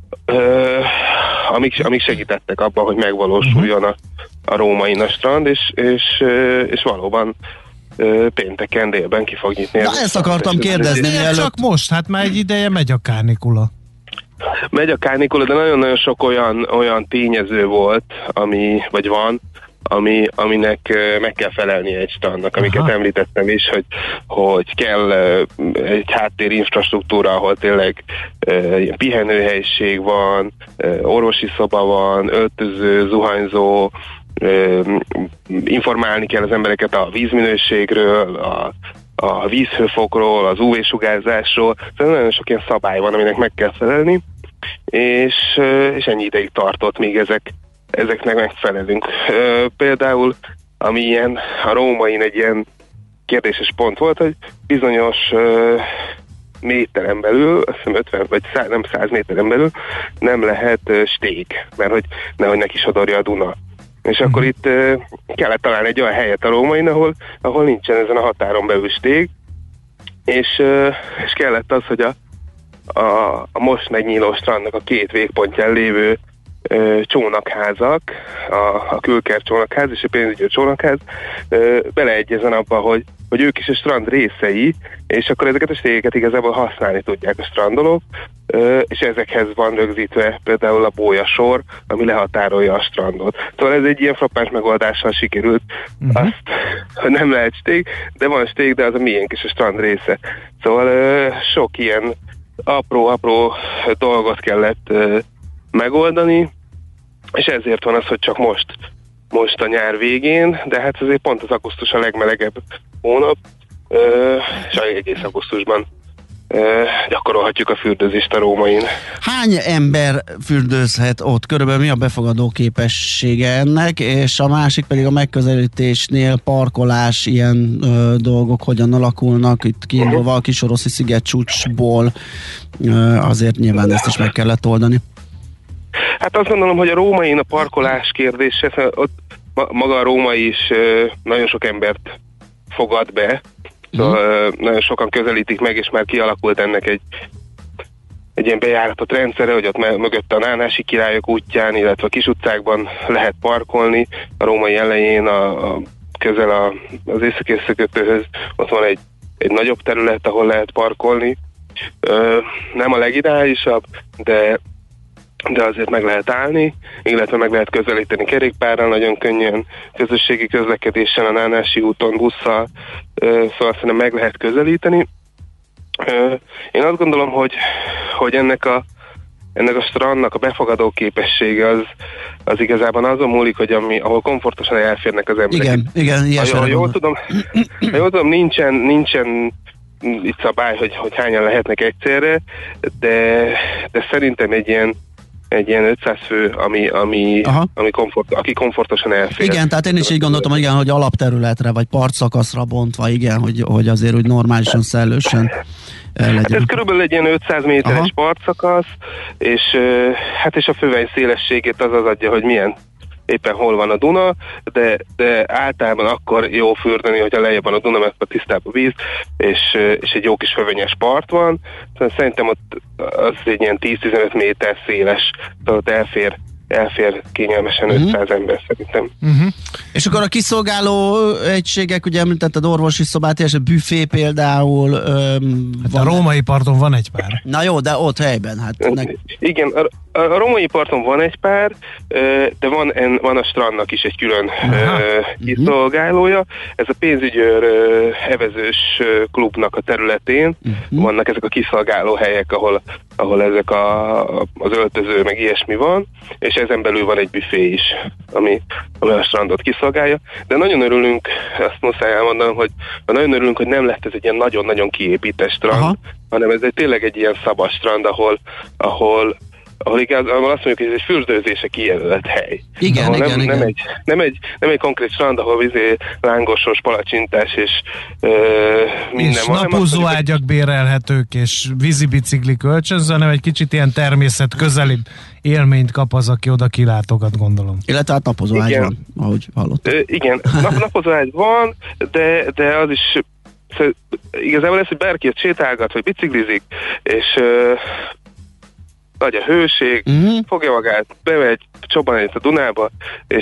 Speaker 6: uh, amik, amik segítettek abban, hogy megvalósuljon a, a rómain a strand, és, és, uh, és valóban uh, pénteken délben ki fog nyitni.
Speaker 5: Na ezt akartam kérdezni.
Speaker 4: Miért csak most? Hát már egy ideje megy a kánikula.
Speaker 6: Megy a kánikula, de nagyon-nagyon sok olyan, olyan tényező volt, ami, vagy van, Ami, aminek uh, meg kell felelnie egy strandnak, amiket Aha. említettem is, hogy, hogy kell uh, egy háttér infrastruktúra, ahol tényleg uh, ilyen pihenőhelység van, uh, orvosi szoba van, öltöző, zuhanyzó, uh, informálni kell az embereket a vízminőségről, a, a vízhőfokról, az ú vé-sugárzásról, tehát nagyon sok ilyen szabály van, aminek meg kell felelni, és, uh, és ennyi ideig tartott, míg ezek ezeknek megfelelünk. Ö, például, ami ilyen a Rómain egy ilyen kérdéses pont volt, hogy bizonyos ö, méteren belül, azt hiszem ötven vagy száz, nem száz méteren belül nem lehet ö, stég, mert hogy nehogy neki sodorja a Duna. És akkor itt ö, kellett találni egy olyan helyet a Rómain, ahol, ahol nincsen ezen a határon belül stég, és, ö, és kellett az, hogy a, a, a most megnyíló strandnak a két végpontján lévő Ö, csónakházak, a, a külker csónakház és a pénzügyi csónakház ö, beleegyezen abba, hogy, hogy ők is a strand részei, és akkor ezeket a stégeket igazából használni tudják a strandolók, ö, és ezekhez van rögzítve például a bójasor, ami lehatárolja a strandot. Szóval ez egy ilyen frappáns megoldással sikerült uh-huh. azt, hogy nem lehet stég, de van stég, de az a miénk is a strand része. Szóval ö, sok ilyen apró-apró dolgot kellett ö, megoldani, és ezért van az, hogy csak most, most a nyár végén, de hát azért pont az augusztus a legmelegebb hónap, és egész augusztusban gyakorolhatjuk a fürdőzést a Rómain.
Speaker 5: Hány ember fürdőzhet ott? Körülbelül mi a befogadó képessége ennek, és a másik pedig a megközelítésnél parkolás, ilyen ö, dolgok hogyan alakulnak, itt kiindulva a Kisoroszi szigetcsúcsból, ö, azért nyilván ezt is meg kellett oldani.
Speaker 6: Hát azt gondolom, hogy a Rómain a parkolás kérdése, ott maga a Róma is nagyon sok embert fogad be, szóval mm. nagyon sokan közelítik meg, és már kialakult ennek egy, egy ilyen bejáratott rendszere, hogy ott mögött a Nánási Királyok útján, illetve a kis utcákban lehet parkolni. A Római elején, a, a közel a, az északi összekötőhöz ott van egy, egy nagyobb terület, ahol lehet parkolni. Ö, nem a legideálisabb, de de azért meg lehet állni, illetve meg lehet közelíteni kerékpárral, nagyon könnyen közösségi közlekedésen, a Nánási úton, busszal, szóval szerintem meg lehet közelíteni. Én azt gondolom, hogy, hogy ennek a ennek a strandnak a befogadó képessége az, az igazából azon múlik, hogy ami, ahol komfortosan elférnek az emberek.
Speaker 5: Igen, igen, ilyesre.
Speaker 6: Ha jól tudom, ha jól tudom nincsen, nincsen itt szabály, hogy, hogy hányan lehetnek egyszerre, de, de szerintem egy ilyen egy ilyen ötszáz fő, ami, ami, ami komfort, aki komfortosan elfér.
Speaker 5: Igen, tehát én is így gondoltam, hogy igen, hogy alapterületre, vagy partszakaszra bontva, igen, hogy, hogy azért úgy normálisan, szellősen legyen.
Speaker 6: Hát ez körülbelül egy ilyen ötszáz méteres Aha. partszakasz, és hát és a főveny szélességét az az adja, hogy milyen éppen hol van a Duna, de, de általában akkor jó fürdeni, hogyha lejjebb van a Duna, mert a tisztább a víz, és, és egy jó kis fövényes part van. Szóval szerintem ott az egy ilyen tíz-tizenöt méter széles, tehát ott elfér elfér kényelmesen
Speaker 5: uh-huh.
Speaker 6: ötszáz ember szerintem.
Speaker 4: Uh-huh.
Speaker 5: És akkor a kiszolgáló egységek, ugye említetted orvosi szobát, és a büfé például. Öm,
Speaker 4: Hát
Speaker 5: van
Speaker 4: a római parton van egy pár.
Speaker 5: Na jó, de ott helyben. Hát nek...
Speaker 6: Igen, a, a római parton van egy pár, de van, van a strandnak is egy külön Aha. kiszolgálója. Ez a pénzügyőr evezős klubnak a területén uh-huh. vannak ezek a kiszolgáló helyek, ahol, ahol ezek a, az öltöző meg ilyesmi van, és ezen belül van egy büfé is, ami, ami a strandot kiszolgálja. De nagyon örülünk, azt muszáj elmondanom, hogy nagyon örülünk, hogy nem lett ez egy ilyen nagyon-nagyon kiépített strand, Aha. hanem ez egy, tényleg egy ilyen szabad strand, ahol, ahol ahol igaz, ahol azt mondjuk, hogy ez egy fürdőzése kijelölt hely.
Speaker 5: Igen,
Speaker 6: ahol
Speaker 5: igen,
Speaker 6: nem,
Speaker 5: igen.
Speaker 6: Nem egy, nem, egy, nem egy konkrét strand, ahol vizé lángosos, palacsintás és ö, minden
Speaker 4: és
Speaker 6: van.
Speaker 4: napozó ágyak bérelhetők, és vízibicikli kölcsönző, hanem egy kicsit ilyen természet közelibb élményt kap az, aki oda kilátogat, gondolom.
Speaker 5: Illetve hát napozó ágy van, ahogy hallottam.
Speaker 6: Ö, igen, nap, napozó ágy van, de, de az is szóval, igazából ez, hogy bárki ott sétálgat, vagy biciklizik, és ö, nagy a hőség, uh-huh. fogja magát, bemegy, csobban egyet a Dunába, és,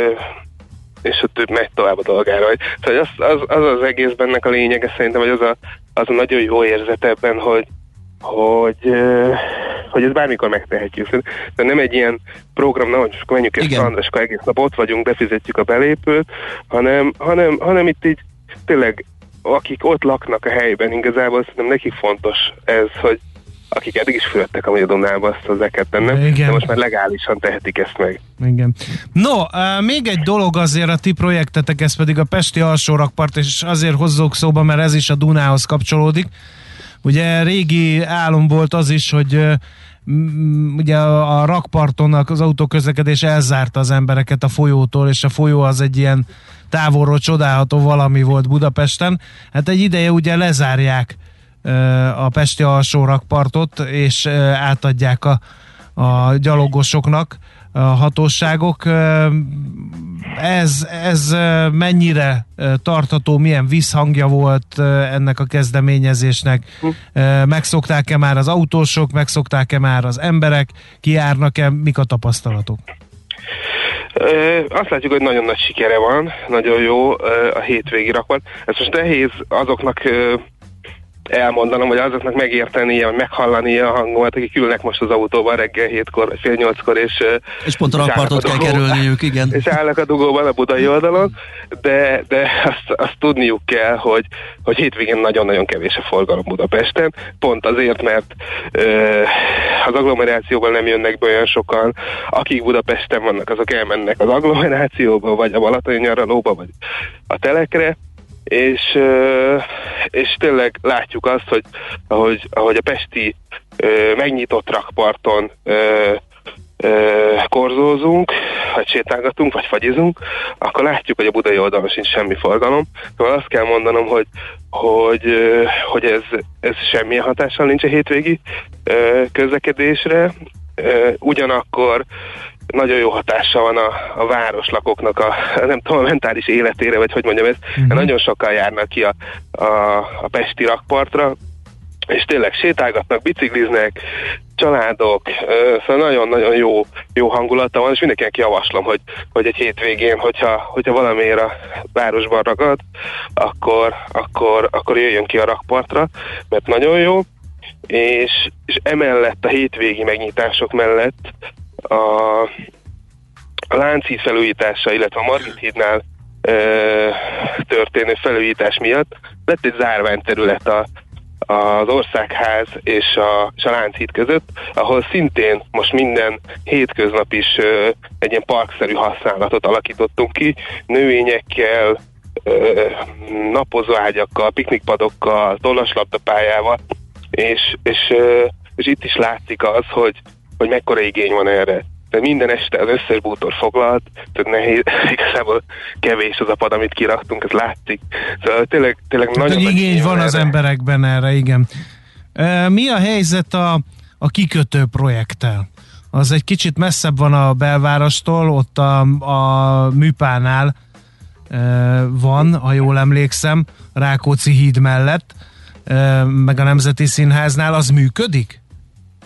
Speaker 6: és ott megy tovább a dolgára. Szóval az az, az az egész bennek a lényege szerintem, hogy az a, az a nagyon jó érzet ebben, hogy, hogy, hogy ezt bármikor megtehetjük. De nem egy ilyen program, hogy most menjünk egy strandra, és akkor egész nap ott vagyunk, befizetjük a belépőt, hanem, hanem, hanem itt így tényleg, akik ott laknak a helyben, igazából szerintem nekik fontos ez, hogy akik eddig is fürödtek amúgy a Dunába, azt hozzá kell tennem,
Speaker 4: Igen.
Speaker 6: de most már legálisan tehetik ezt meg.
Speaker 4: Igen. No, uh, még egy dolog azért a ti projektetek, ez pedig a pesti alsórakpart, és azért hozzuk szóba, mert ez is a Dunához kapcsolódik. Ugye régi álom volt az is, hogy uh, m- ugye a, a rakparton az autóközlekedés elzárta az embereket a folyótól, és a folyó az egy ilyen távolról csodálható valami volt Budapesten. Hát egy ideje ugye lezárják a pesti alsórakpartot, és átadják a, a gyalogosoknak a hatóságok. Ez, ez mennyire tartható, milyen visszhangja volt ennek a kezdeményezésnek? Megszokták-e már az autósok, megszokták-e már az emberek, kijárnak-e, mik a tapasztalatok?
Speaker 6: Azt látjuk, hogy nagyon nagy sikere van, nagyon jó a hétvégi rakpart. Ez most nehéz azoknak elmondanom, hogy azoknak megértenie, vagy meghallania a hangomat, akik ülnek most az autóban reggel hétkor, vagy fél nyolckor, és,
Speaker 5: és pont a rakpartot kell kerülniük, igen.
Speaker 6: És állnak a dugóban a budai oldalon, de, de azt, azt tudniuk kell, hogy, hogy hétvégén nagyon-nagyon kevés a forgalom Budapesten, pont azért, mert ö, az agglomerációban nem jönnek be olyan sokan, akik Budapesten vannak, azok elmennek az agglomerációba, vagy a balatoni nyaralóba, vagy a telekre, és, és tényleg látjuk azt, hogy ahogy, ahogy a pesti megnyitott rakparton korzózunk, vagy sétálgatunk, vagy fagyizunk, akkor látjuk, hogy a budai oldalon sincs semmi forgalom. Szóval azt kell mondanom, hogy, hogy, hogy ez, ez semmilyen hatással nincs a hétvégi közlekedésre. Ugyanakkor nagyon jó hatással van a, a városlakóknak a, nem tudom, a mentális életére, vagy hogy mondjam ezt, uh-huh. nagyon sokan járnak ki a, a, a pesti rakpartra, és tényleg sétálgatnak, bicikliznek, családok, szóval nagyon-nagyon jó, jó hangulata van, és mindenkinek javaslom, hogy, hogy egy hétvégén, hogyha, hogyha valamiért a városban ragad, akkor, akkor, akkor jöjjön ki a rakpartra, mert nagyon jó, és, és emellett a hétvégi megnyitások mellett a, a Lánchíd felújítása, illetve a Margit hídnál e, történő felújítás miatt lett egy zárványterület a, az Országház és a, és a Lánchíd között, ahol szintén most minden hétköznap is e, egy ilyen parkszerű használatot alakítottunk ki, növényekkel, e, napozóágyakkal, piknikpadokkal, tollaslabdapályával, és, és, e, és itt is látszik az, hogy hogy mekkora igény van erre. Tehát minden este az összes bútor foglalt, tehát nehéz, igazából kevés az a pad, amit kiraktunk, ez látszik. Szóval tényleg, tényleg nagyon
Speaker 4: nagy igény
Speaker 6: igény
Speaker 4: van
Speaker 6: erre.
Speaker 4: Az emberekben erre, igen. Mi a helyzet a, a kikötő projekttel? Az egy kicsit messzebb van a belvárostól, ott a, a Műpánál van, ha jól emlékszem, Rákóczi híd mellett, meg a Nemzeti Színháznál, az működik?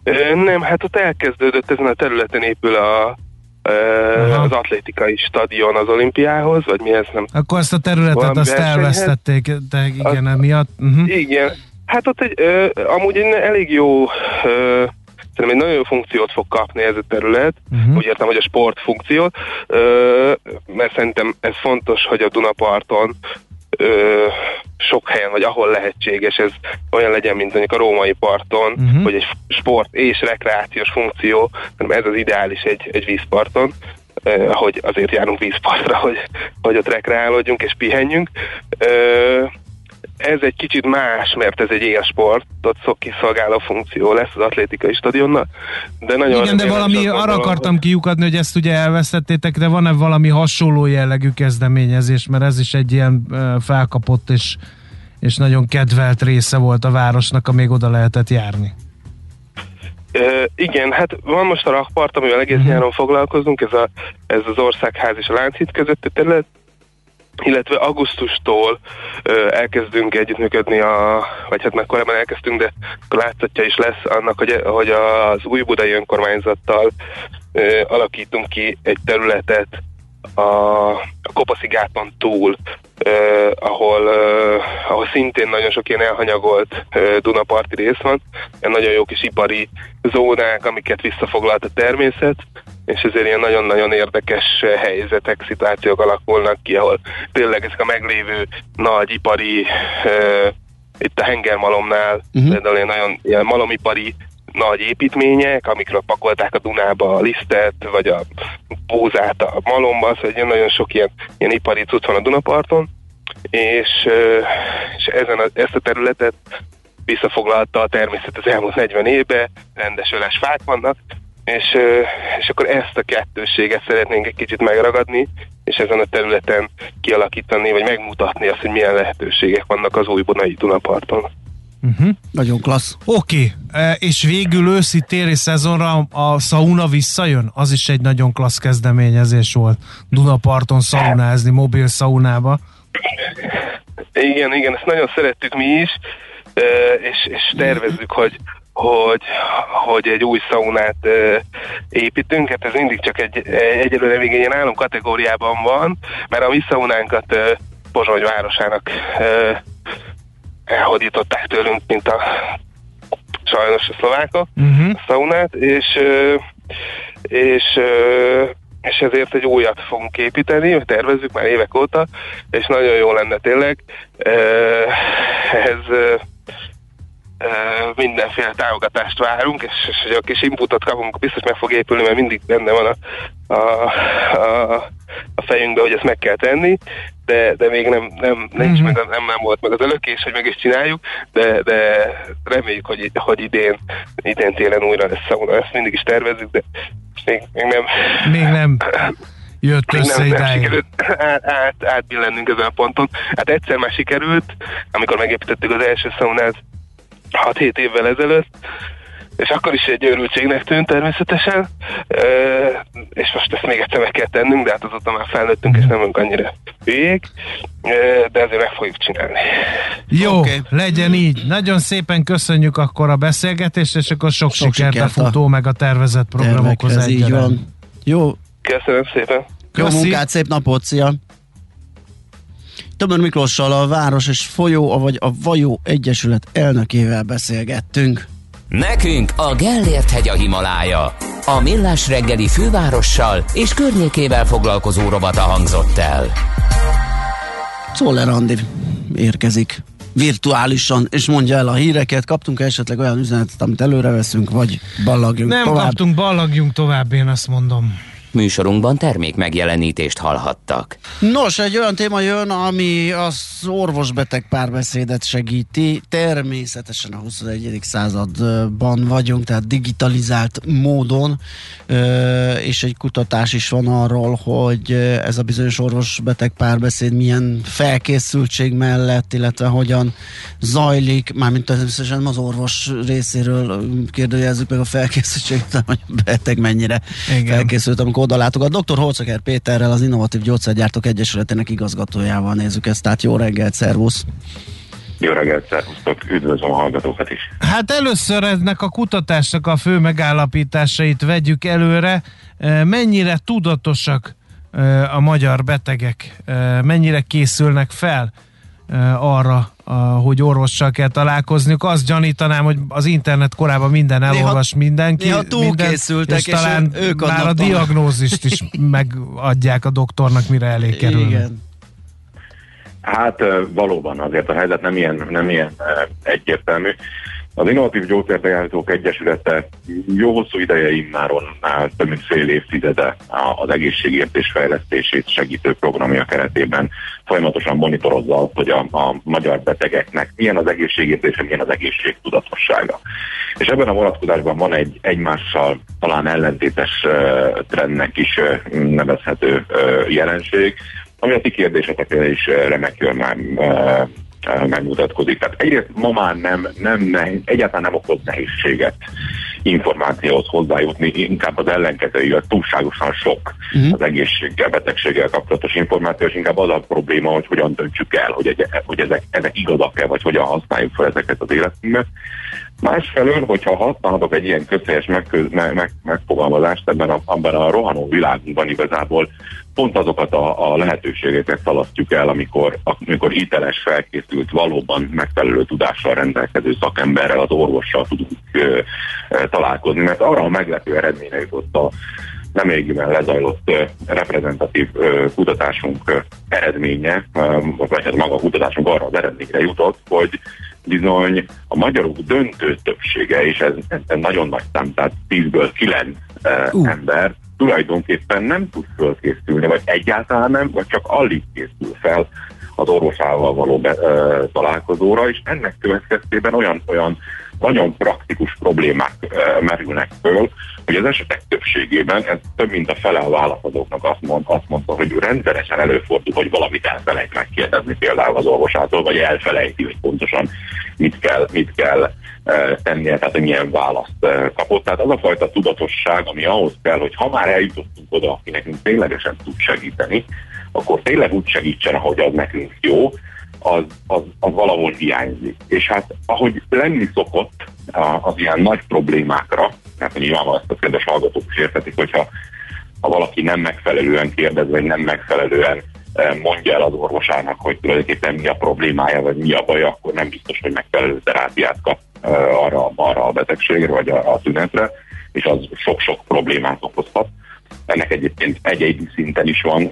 Speaker 6: Ö, nem, hát ott elkezdődött, ezen a területen épül a, ö, az atlétikai stadion az olimpiához, vagy mi ez nem?
Speaker 4: Akkor ezt a területet azt elvesztették, de igen, az, emiatt. Uh-huh.
Speaker 6: Igen, hát ott egy, ö, amúgy egy elég jó, ö, szerintem egy nagyon jó funkciót fog kapni ez a terület, uh-huh. úgy értem, hogy a sportfunkciót, ö, mert szerintem ez fontos, hogy a Dunaparton Ö, sok helyen, vagy ahol lehetséges, ez olyan legyen, mint mondjuk a római parton, uh-huh. hogy egy sport és rekreációs funkció, ez az ideális egy, egy vízparton, eh, hogy azért járunk vízpartra, hogy, hogy ott rekreálódjunk és pihenjünk. Ö, ez egy kicsit más, mert ez egy élsport, ott szok kiszolgáló funkció lesz az atlétikai stadionnal, de nagyon...
Speaker 4: Igen, de valami, arra akartam kiukadni, hogy ezt ugye elvesztettétek, de van-e valami hasonló jellegű kezdeményezés, mert ez is egy ilyen felkapott és, és nagyon kedvelt része volt a városnak, amíg oda lehetett járni.
Speaker 6: Uh, igen, hát van most a rakpart, amivel egész uh-huh. nyáron foglalkozunk, ez, a, ez az Országház és a Lánchíd közötti terület, illetve augusztustól ö, elkezdünk együttműködni, a, vagy hát már korábban elkezdtünk, de látszatja is lesz annak, hogy, hogy az Újbudai önkormányzattal ö, alakítunk ki egy területet a, a Kopaszi gáton túl, ö, ahol, ö, ahol szintén nagyon sok ilyen elhanyagolt ö, dunaparti rész van, ilyen nagyon jó kis ipari zónák, amiket visszafoglalt a természet, és ezért ilyen nagyon-nagyon érdekes helyzetek, szituációk alakulnak ki, ahol tényleg ezek a meglévő nagy ipari, uh, itt a Hengermalomnál, uh-huh. például ilyen nagyon ilyen malomipari nagy építmények, amikről pakolták a Dunába a lisztet, vagy a búzát a malomba, szóval ilyen nagyon sok ilyen, ilyen ipari cucc van a Dunaparton, és, uh, és ezen a, ezt a területet visszafoglalta a természet az elmúlt negyven évben, rendes öles fák vannak, És, és akkor ezt a kettősséget szeretnénk egy kicsit megragadni, és ezen a területen kialakítani, vagy megmutatni azt, hogy milyen lehetőségek vannak az Újbudai Dunaparton.
Speaker 4: Uh-huh.
Speaker 5: Nagyon klassz.
Speaker 4: Oké, okay. És végül őszi téli szezonra a szauna visszajön? Az is egy nagyon klassz kezdeményezés volt. Dunaparton szaunázni, mobil szaunába.
Speaker 6: Igen, igen, ezt nagyon szerettük mi is, és, és tervezzük, hogy Hogy, hogy egy új szaunát uh, építünk, hát ez mindig csak egy, egyelőre még egy ilyen álom kategóriában van, mert a mi szaunánkat uh, Pozsony városának uh, elhódították tőlünk, mint a sajnos a szlovákok uh-huh. a szaunát, és, uh, és, uh, és ezért egy újat fogunk építeni, tervezzük már évek óta, és nagyon jó lenne tényleg. Uh, ez uh, Uh, mindenféle támogatást várunk, és, és hogy a kis inputot kapunk, biztos meg fog épülni, mert mindig benne van a, a, a, a fejünkben, hogy ezt meg kell tenni, de, de még nem, nem, nincs mm-hmm. meg, nem, nem volt meg az a lökés, hogy meg is csináljuk, de, de reméljük, hogy, hogy idén, idén télen újra lesz szauna. Ezt mindig is tervezzük, de még, még nem...
Speaker 4: Még nem jött még össze
Speaker 6: nem,
Speaker 4: idáig.
Speaker 6: Nem sikerült át, át, átbillennünk ezen a ponton. Hát egyszer már sikerült, amikor megépítettük az első szaunát, hat-hét évvel ezelőtt, és akkor is egy őrültségnek tűnt természetesen, és most ezt még egyszer meg kell tennünk, de hát azóta már felnőttünk, és nem vagyunk annyira hülyék, de azért meg fogjuk csinálni.
Speaker 4: Jó, okay. Legyen így. Nagyon szépen köszönjük akkor a beszélgetést, és akkor sok, sok sikert a futó, meg a tervezett programokhoz egyaránt.
Speaker 5: Így van. Jó.
Speaker 6: Köszönöm szépen.
Speaker 5: Jó Köszi. Munkát, szép napot, szia! Tömör Miklóssal, a Város és Folyó, vagy a Vajó Egyesület elnökével beszélgettünk.
Speaker 1: Nekünk a Gellért hegy a Himalája. A Millás reggeli fővárossal és környékével foglalkozó rovata hangzott el.
Speaker 5: Czoller Andi érkezik virtuálisan, és mondja el a híreket. Kaptunk esetleg olyan üzenetet, amit előre veszünk, vagy ballagjunk
Speaker 4: Nem
Speaker 5: tovább?
Speaker 4: Nem kaptunk, ballagjunk tovább, én azt mondom.
Speaker 1: Műsorunkban termék megjelenítést hallhattak.
Speaker 5: Nos, egy olyan téma jön, ami az orvos-beteg párbeszédet segíti. Természetesen a huszonegyedik században vagyunk, tehát digitalizált módon, és egy kutatás is van arról, hogy ez a bizonyos orvos-beteg párbeszéd milyen felkészültség mellett, illetve hogyan zajlik, mármint természetesen az orvos részéről kérdőjelezzük meg a felkészültséget, hogy a beteg mennyire Igen. felkészült, amikor oda látogat. doktor Holcaker Péterrel, az Innovatív Gyógyszergyártók Egyesületének igazgatójával nézzük ezt, tehát jó reggelt, szervusz!
Speaker 7: Jó reggelt, szervusztok, üdvözlöm a hallgatókat is.
Speaker 4: Hát először ennek a kutatásnak a fő megállapításait vegyük előre. Mennyire tudatosak a magyar betegek, mennyire készülnek fel arra, hogy orvossal kell találkozniuk? Azt gyanítanám, hogy az internet korában minden elolvas néha, mindenki,
Speaker 5: néha
Speaker 4: minden, és, és talán ők már a diagnózist is megadják a doktornak, mire elé kerül.
Speaker 5: Igen.
Speaker 7: Hát valóban azért a helyzet nem ilyen, nem ilyen egyértelmű. Az Innovatív Gyógyszergyártók Egyesülete jó hosszú ideje immáron több mint fél évtizede az egészségért fejlesztését segítő programja keretében folyamatosan monitorozza azt, hogy a, a magyar betegeknek milyen az egészségérzése, milyen az egészségtudatossága. És ebben a vonatkozásban van egy egymással talán ellentétes uh, trendnek is uh, nevezhető uh, jelenség, ami a ti kérdésetekre is uh, remekül már uh, megmutatkozik. Tehát egyrészt ma már nem, nem nehéz, egyáltalán nem okoz nehézséget információhoz hozzájutni, inkább az ellenkezőjével túlságosan sok uh-huh. az egészséggel, betegséggel kapcsolatos információ, és inkább az a probléma, hogy hogyan döntsük el, hogy, egy, hogy ezek, ezek igazak-e, vagy hogyan használjuk fel ezeket az életünkben. Másfelől, hogyha használhatok egy ilyen közhelyes megköz, meg, meg, megfogalmazást ebben a, abban a rohanó világunkban igazából pont azokat a, a lehetőségeket szalasztjuk el, amikor, amikor hiteles, felkészült, valóban megfelelő tudással rendelkező szakemberrel, az orvossal tudunk ö, ö, találkozni, mert arra a meglepő eredményre jutott a nemrégiben lezajlott ö, reprezentatív ö, kutatásunk ö, eredménye, ö, vagy hát maga a kutatásunk arra az eredményre jutott, hogy bizony a magyarok döntő többsége, és ez, ez nagyon nagy szám, tehát tízből kilenc uh. ember tulajdonképpen nem tud fölkészülni, vagy egyáltalán nem, vagy csak alig készül fel az orvosával való be, uh, találkozóra, és ennek következtében olyan, olyan nagyon praktikus problémák uh, merülnek föl, hogy az esetek többségében, ez több mint a fele a válaszadóknak azt, mond, azt mondta, hogy rendszeresen előfordul, hogy valamit elfelejt megkérdezni például az orvosától, vagy elfelejti, hogy pontosan mit kell, mit kell uh, tennie, tehát hogy milyen választ uh, kapott. Tehát az a fajta tudatosság, ami ahhoz kell, hogy ha már eljutottunk oda, aki nekünk ténylegesen tud segíteni, akkor tényleg úgy segítsen, ahogy az nekünk jó, az, az, az valahol hiányzik. És hát ahogy lenni szokott az ilyen nagy problémákra, hát nyilvánvalóan ezt a kedves hallgatók is értetik, hogyha ha valaki nem megfelelően kérdez, vagy nem megfelelően mondja el az orvosának, hogy tulajdonképpen mi a problémája, vagy mi a baja, akkor nem biztos, hogy megfelelő terápiát kap arra, arra a betegségre, vagy a, a tünetre, és az sok-sok problémát okozhat. Ennek egyébként egy-egy szinten is van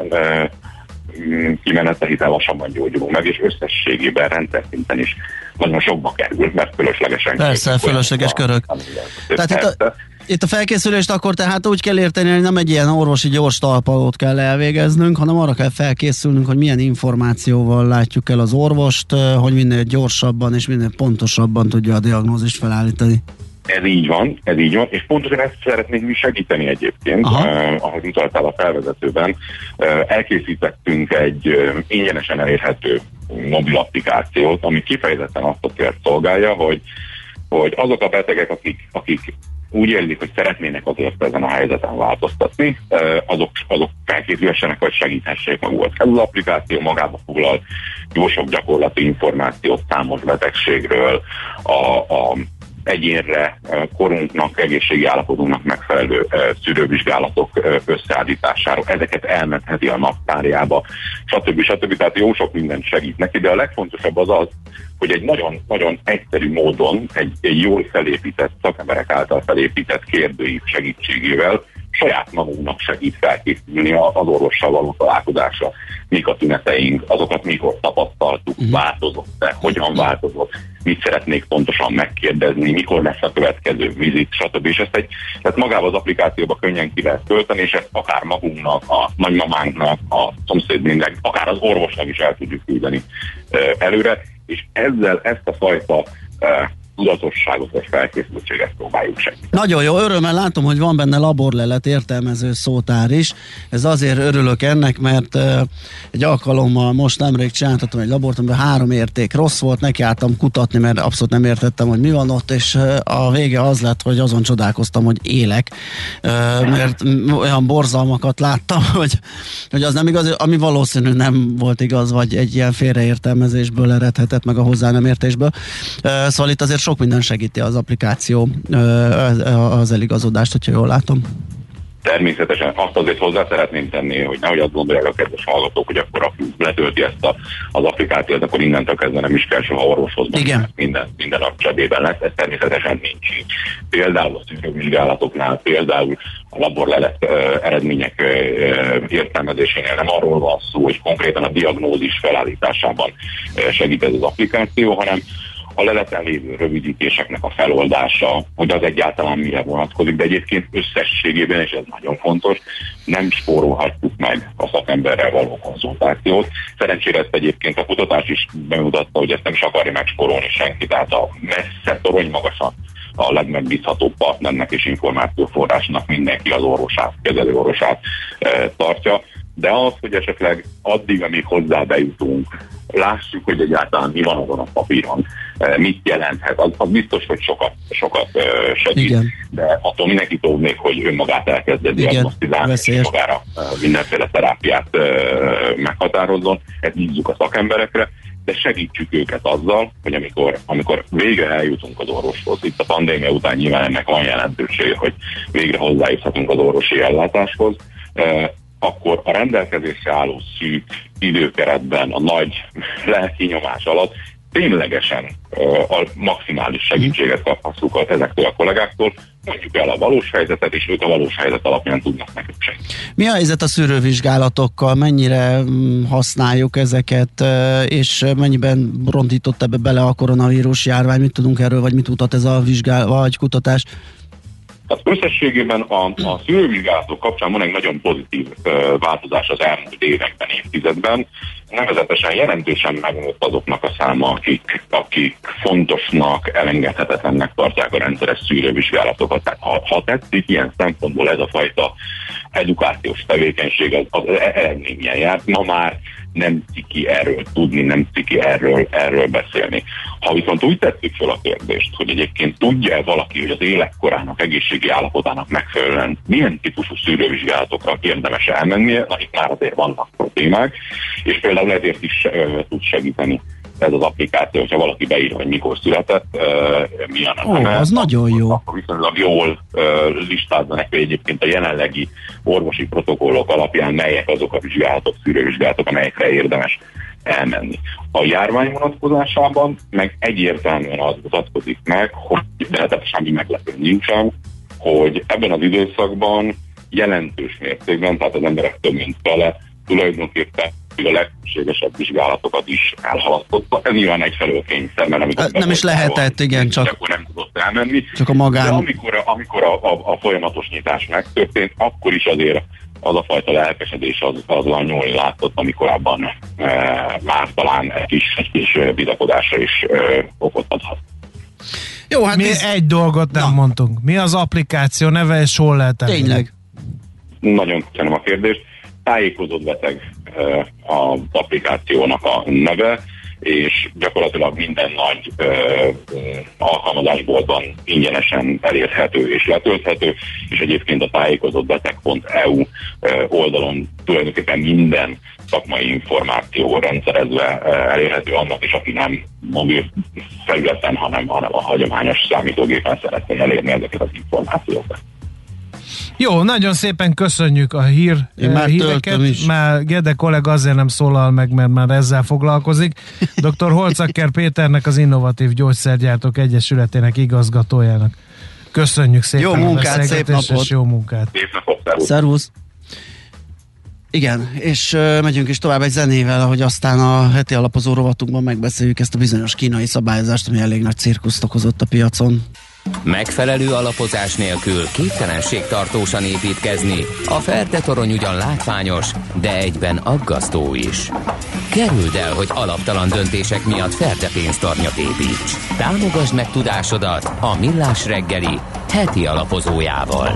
Speaker 7: kimenete, hiszen lassanban gyógyulunk meg, és összességében rendszer szinten is nagyon sokba kerül, mert fölöslegesen...
Speaker 5: Persze, fölösleges körök. Tehát itt a, itt a felkészülést akkor tehát úgy kell érteni, hogy nem egy ilyen orvosi gyors talpalót kell elvégeznünk, hanem arra kell felkészülnünk, hogy milyen információval látjuk el az orvost, hogy minél gyorsabban és minél pontosabban tudja a diagnózist felállítani.
Speaker 7: Ez így van, ez így van, és pontosan ezt szeretnénk mi segíteni egyébként, uh, ahogy utaltál a felvezetőben. Uh, elkészítettünk egy uh, ingyenesen elérhető mobil applikációt, ami kifejezetten azt a célt szolgálja, hogy, hogy azok a betegek, akik, akik úgy érzik, hogy szeretnének azért ezen a helyzeten változtatni, uh, azok, azok felkészülhessenek, hogy segíthessék magukat. Ez az applikáció magába foglal jó sok gyakorlati információt számos betegségről, a, a egyénre, korunknak, egészségi állapotunknak megfelelő szűrővizsgálatok összeállításáról. Ezeket elmentheti a naptárjába, stb. stb. Tehát jó sok mindent segít neki, de a legfontosabb az az, hogy egy nagyon-nagyon egyszerű módon, egy, egy jól felépített, szakemberek által felépített kérdőív segítségével saját magunknak segít felkészülni az orvossal való találkozásra. Mik a tüneteink, azokat mikor tapasztaltuk, uh-huh. változott-e, hogyan változott, mit szeretnék pontosan megkérdezni, mikor lesz a következő vizit, stb. És ezt egy, tehát magába az applikációba könnyen ki lehet tölteni, és ezt akár magunknak, a nagymamánknak, a szomszédnének, akár az orvosnak is el tudjuk küldeni előre, és ezzel ezt a fajta tudatosságot vagy felkészültséget próbáljuk segíteni.
Speaker 5: Nagyon jó, örömmel látom, hogy van benne laborlelet értelmező szótár is. Ez azért örülök ennek, mert uh, egy alkalommal most nemrég csináltattam egy labort, amiben három érték rossz volt, nekiálltam kutatni, mert abszolút nem értettem, hogy mi van ott, és uh, a vége az lett, hogy azon csodálkoztam, hogy élek, uh, mert olyan borzalmakat láttam, hogy, hogy az nem igaz, ami valószínű nem volt igaz, vagy egy ilyen félreértelmezésből eredhetett, meg a hozzá nem értésből. Uh, szóval itt azért sok minden segíti az applikáció az eligazodást, hogyha jól látom.
Speaker 7: Természetesen azt azért hozzá szeretném tenni, hogy nehogy azt gondolják a kedves hallgatók, hogy akkor aki letölti ezt a, az applikációt, akkor innentől kezdve nem is kell soha orvoshoz menni, minden, minden a zsebében lesz, ez természetesen nincs így. Például a szűrővizsgálatoknál, például a laborlelet uh, eredmények uh, értelmezésénél nem arról van szó, hogy konkrétan a diagnózis felállításában uh, segít ez az applikáció, hanem a leleten lévő rövidítéseknek a feloldása, hogy az egyáltalán mire vonatkozik, de egyébként összességében, és ez nagyon fontos, nem spórolhatjuk meg a szakemberrel való konzultációt. Szerencsére ezt egyébként a kutatás is bemutatta, hogy ezt nem is akarja megspórolni senki, tehát a messze torony magasan a legmegbízhatóbb partnernek és információforrásnak mindenki az orvosát, kezelő orvosát e, tartja. De az, hogy esetleg addig, amíg hozzá bejutunk, lássuk, hogy egyáltalán mi van azon a papíron, mit jelenthet, az, az biztos, hogy sokat, sokat segít, igen. De attól mindenki tudnék, hogy önmagát elkezdett diagnosztizálni, és magára mindenféle terápiát meghatározzon, ezt bízzuk a szakemberekre, de segítsük őket azzal, hogy amikor, amikor végre eljutunk az orvoshoz, itt a pandémia után nyilván ennek van jelentősége, hogy végre hozzájuthatunk az orvosi ellátáshoz, akkor a rendelkezésre álló szűk időkeretben, a nagy lelki nyomás alatt ténylegesen uh, a maximális segítséget kaphassuk ezektől a kollégáktól, mondjuk el a valós helyzetet, és ők a valós helyzet alapján tudnak nekünk segíteni.
Speaker 5: Mi a helyzet a szűrővizsgálatokkal? Mennyire használjuk ezeket, és mennyiben rontított ebbe bele a koronavírus járvány? Mit tudunk erről, vagy mit mutat ez a vizsgál, vagy kutatás?
Speaker 7: Tehát összességében a, a szűrővizsgálatok kapcsán van egy nagyon pozitív uh, változás az elmúlt években, évtizedben. Nevezetesen jelentősen megnőtt azoknak a száma, akik, akik fontosnak, elengedhetetlennek tartják a rendszeres szűrővizsgálatokat. Tehát ha, ha tetszik, ilyen szempontból ez a fajta edukációs tevékenység az, az eredményen járt. Ma már nem ciki erről tudni, nem ciki erről, erről beszélni. Ha viszont úgy tettük fel a kérdést, hogy egyébként tudja valaki, hogy az életkorának, egészségi állapotának megfelelően milyen típusú szűrővizsgálatokra érdemes elmennie, na itt már azért vannak problémák, és például ezért is uh, tud segíteni ez az applikáció, hogyha valaki beír, hogy mikor született, uh, milyen a
Speaker 5: neve. Ó, az nagyon jó.
Speaker 7: Akkor viszonylag jól uh, listázza neki, hogy egyébként a jelenlegi orvosi protokollok alapján melyek azok a vizsgálatok, szűrővizsgálatok, amelyekre érdemes elmenni. A járvány vonatkozásában meg egyértelműen az mutatkozik meg, hogy de semmi meglepő nincsen, hogy ebben az időszakban jelentős mértékben, tehát az emberek több mint fele tulajdonképpen a legszükségesebb vizsgálatokat is elhalasztotta. Ez nyilván egyfelől kényszer, mert amikor
Speaker 5: nem is lehetett, igen, csak
Speaker 7: akkor nem tudott elmenni.
Speaker 5: Csak a magán.
Speaker 7: De amikor, amikor a, a, a folyamatos nyitás megtörtént, akkor is azért az a fajta lelkesedés az, azzal nyúlni látszott, amikor abban e, már talán egy kis, egy kis bizakodásra is e, okot adhat.
Speaker 4: Jó, hát mi ez... egy dolgot nem Na. mondtunk. Mi az applikáció neve, és hol lehet elérni?
Speaker 5: Tényleg.
Speaker 7: Nagyon köszönöm a kérdést. Tájékozott beteg az applikációnak a neve, és gyakorlatilag minden nagy ö, ö, alkalmazásboltban ingyenesen elérhető és letölthető, és egyébként a tájékozottbeteg pont e u oldalon tulajdonképpen minden szakmai információ rendszerezve elérhető annak is, aki nem mobil felületen, hanem, hanem a hagyományos számítógépen szeretné elérni ezeket az információkat.
Speaker 4: Jó, nagyon szépen köszönjük a hír,
Speaker 5: már
Speaker 4: híreket. Már Gede kollega azért nem szólal meg, mert már ezzel foglalkozik. doktor Holcaker Péternek, az Innovatív Gyógyszergyártók Egyesületének igazgatójának. Köszönjük szépen.
Speaker 5: Jó munkát, szép napot.
Speaker 4: Jó munkát.
Speaker 7: Szép napot,
Speaker 5: szervusz. Igen, és uh, megyünk is tovább egy zenével, ahogy aztán a heti alapozó rovatunkban megbeszéljük ezt a bizonyos kínai szabályozást, ami elég nagy cirkuszt okozott a piacon.
Speaker 1: Megfelelő alapozás nélkül képtelenség tartósan építkezni. A Ferde torony ugyan látványos, de egyben aggasztó is. Kerüld el, hogy alaptalan döntések miatt ferde pénztarnyat építs. Támogasd meg tudásodat a Millás reggeli heti alapozójával.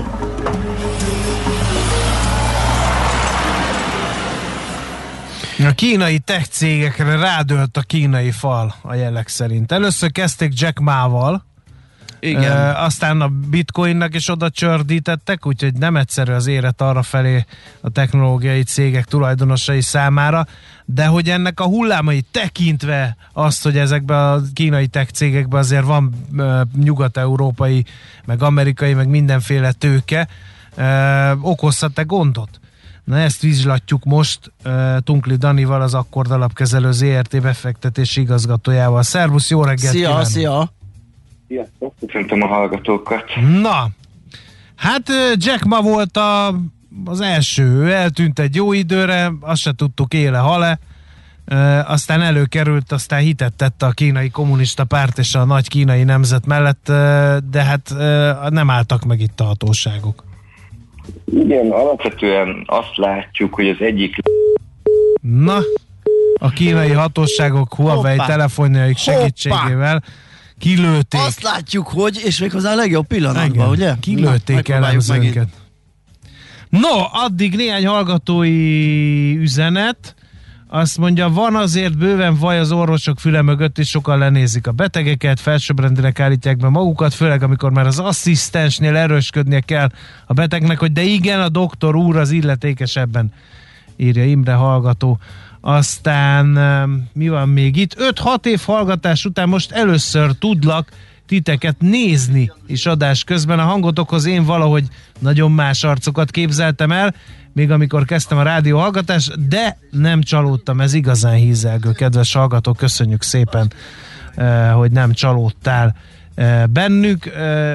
Speaker 4: A kínai tech cégekre rádölt a kínai fal a jelek szerint. Először kezdték Jack Ma-val, igen. E, aztán a bitcoinnak is oda csördítettek, úgyhogy nem egyszerű az élet arrafelé a technológiai cégek tulajdonosai számára, de hogy ennek a hullámai tekintve azt, hogy ezekben a kínai tech cégekben azért van e, nyugat-európai, meg amerikai, meg mindenféle tőke, e, okozhat-e gondot? Na ezt vizslatjuk most uh, Tunkli Danival, az Akkord Alapkezelő zé er té befektetési igazgatójával. Szervusz, jó reggelt
Speaker 5: Szia,
Speaker 4: kívánok!
Speaker 5: szia!
Speaker 8: Sziasztok, köszöntöm a hallgatókat.
Speaker 4: Na, hát Jack Ma volt a, az első, ő eltűnt egy jó időre, azt se tudtuk éle-hale, uh, aztán előkerült, aztán hitet tette a kínai kommunista párt és a nagy kínai nemzet mellett, uh, de hát uh, nem álltak meg itt a hatóságok.
Speaker 8: Igen, alapvetően azt látjuk, hogy az egyik...
Speaker 4: Na, a kínai hatóságok Huawei Hoppá. telefonjaik segítségével kilőtték.
Speaker 5: Azt látjuk, hogy, és még hozzá a legjobb pillanatban, ugye?
Speaker 4: Kilőtték elemzőnket. No, addig néhány hallgatói üzenet. Azt mondja, van azért bőven vaj az orvosok füle mögött, és sokan lenézik a betegeket, felsőbbrendinek állítják be magukat, főleg amikor már az asszisztensnél erősködnie kell a betegnek, hogy de igen, a doktor úr az illetékes ebben, írja Imre hallgató. Aztán mi van még itt? öt-hat év hallgatás után most először tudlak titeket nézni is adás közben. A hangotokhoz én valahogy nagyon más arcokat képzeltem el, még amikor kezdtem a rádió hallgatást, de nem csalódtam, ez igazán hízelgő, kedves hallgató, köszönjük szépen, hogy nem csalódtál bennük.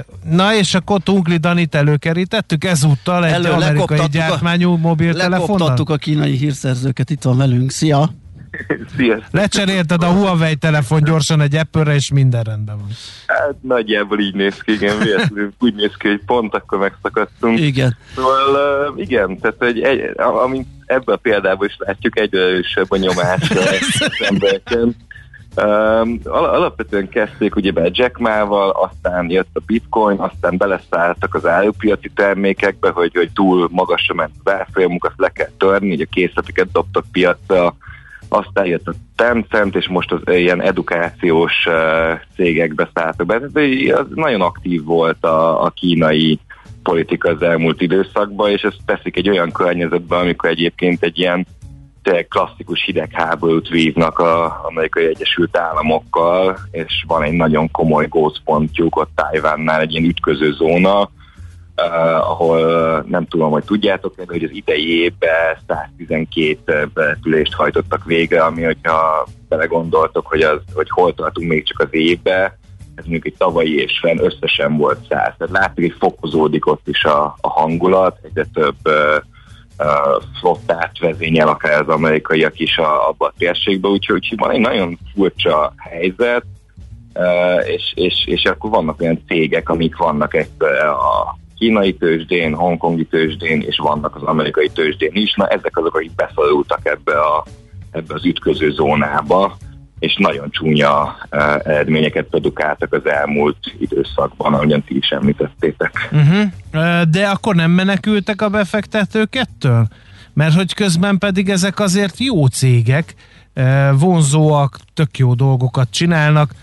Speaker 4: Na és akkor Tunkli Danit előkerítettük ezúttal egy Elő, amerikai gyártmányú mobiltelefonnal?
Speaker 5: Lekoptattuk a kínai hírszerzőket, itt van velünk, szia!
Speaker 6: Sziasztok.
Speaker 4: Lecserélted a Huawei telefon gyorsan egy Apple-re, és minden rendben van.
Speaker 6: Hát nagyjából így néz ki, igen, véletlenül úgy néz ki, hogy pont akkor megszakadtunk.
Speaker 5: Igen.
Speaker 6: Szóval uh, igen, tehát egy, egy, amint ebben a példában is látjuk, egyre erősebb a nyomás az embereken. Um, alapvetően kezdték ugyebár Jack Ma-val, aztán jött a bitcoin, aztán beleszálltak az árupiaci termékekbe, hogy, hogy túl magasra ment az árfolyamuk, azt le kell törni, így a készleteket dobtak piacra, aztán jött a Tencent, és most az ilyen edukációs uh, cégekbe szálltak be. Tehát az nagyon aktív volt a, a kínai politika az elmúlt időszakban, és ezt teszik egy olyan környezetben, amikor egyébként egy ilyen klasszikus hidegháborút vívnak az Amerikai Egyesült Államokkal, és van egy nagyon komoly gócpontjuk ott Tajvánnál, egy ilyen ütköző zóna, Uh, ahol uh, nem tudom, hogy tudjátok, de hogy az idei évben száztizenkét beletülést hajtottak végre, ami, hogyha belegondoltok, hogy, az, hogy hol tartunk még csak az évben, ez mondjuk egy tavalyi és fenn összesen volt száz. Tehát látszik, hogy fokozódik ott is a, a hangulat, egyre több uh, uh, flottát vezényel akár az amerikaiak is a, abba a térségbe, úgyhogy, úgyhogy van egy nagyon furcsa helyzet, uh, és, és, és akkor vannak olyan cégek, amik vannak egy, a kínai tőzsdén, hongkongi tőzsdén, és vannak az amerikai tőzsdén is. Na, ezek azok, akik beszorultak ebbe, a, ebbe az ütköző zónába, és nagyon csúnya uh, eredményeket produkáltak az elmúlt időszakban, ahogyan ti is említettétek.
Speaker 4: Uh-huh. De akkor nem menekültek a befektetők ettől? Mert hogy közben pedig ezek azért jó cégek, vonzóak, tök jó dolgokat csinálnak,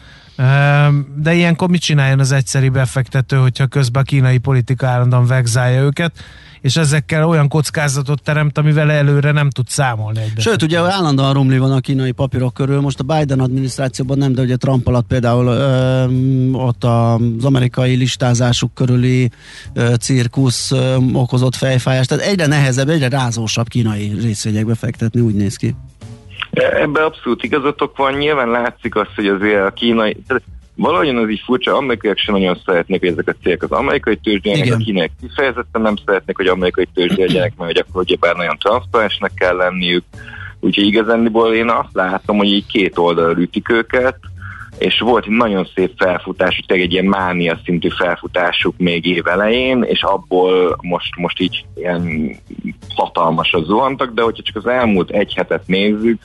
Speaker 4: de ilyenkor mit csináljon az egyszeri befektető, hogyha közben a kínai politika állandóan vegzálja őket, és ezekkel olyan kockázatot teremt, amivel előre nem tud számolni egy
Speaker 5: Sőt, ugye állandóan rumli van a kínai papírok körül, most a Biden adminisztrációban nem, de ugye Trump alatt például ö, ott az amerikai listázásuk körüli ö, cirkusz ö, okozott fejfájást, tehát egyre nehezebb, egyre rázósabb kínai részvényekbe fektetni, úgy néz ki.
Speaker 6: Ebben abszolút igazatok van, nyilván látszik azt, hogy azért a kínai, valahogyan az így furcsa, amerikaiak sem nagyon szeretnék, hogy ezek a cégek az amerikai tőzsdének, a kínaiak kifejezetten nem szeretnék, hogy amerikai tőzsdé legyenek, mert hogy akkor ugyebár nagyon transzparensnek kell lenniük, úgyhogy igazániból én azt látom, hogy így két oldalra ütik őket, és volt egy nagyon szép felfutás, hogy egy ilyen mánia szintű felfutásuk még év elején, és abból most, most így ilyen hatalmasra zuhantak, de hogyha csak az elmúlt egy hetet nézzük,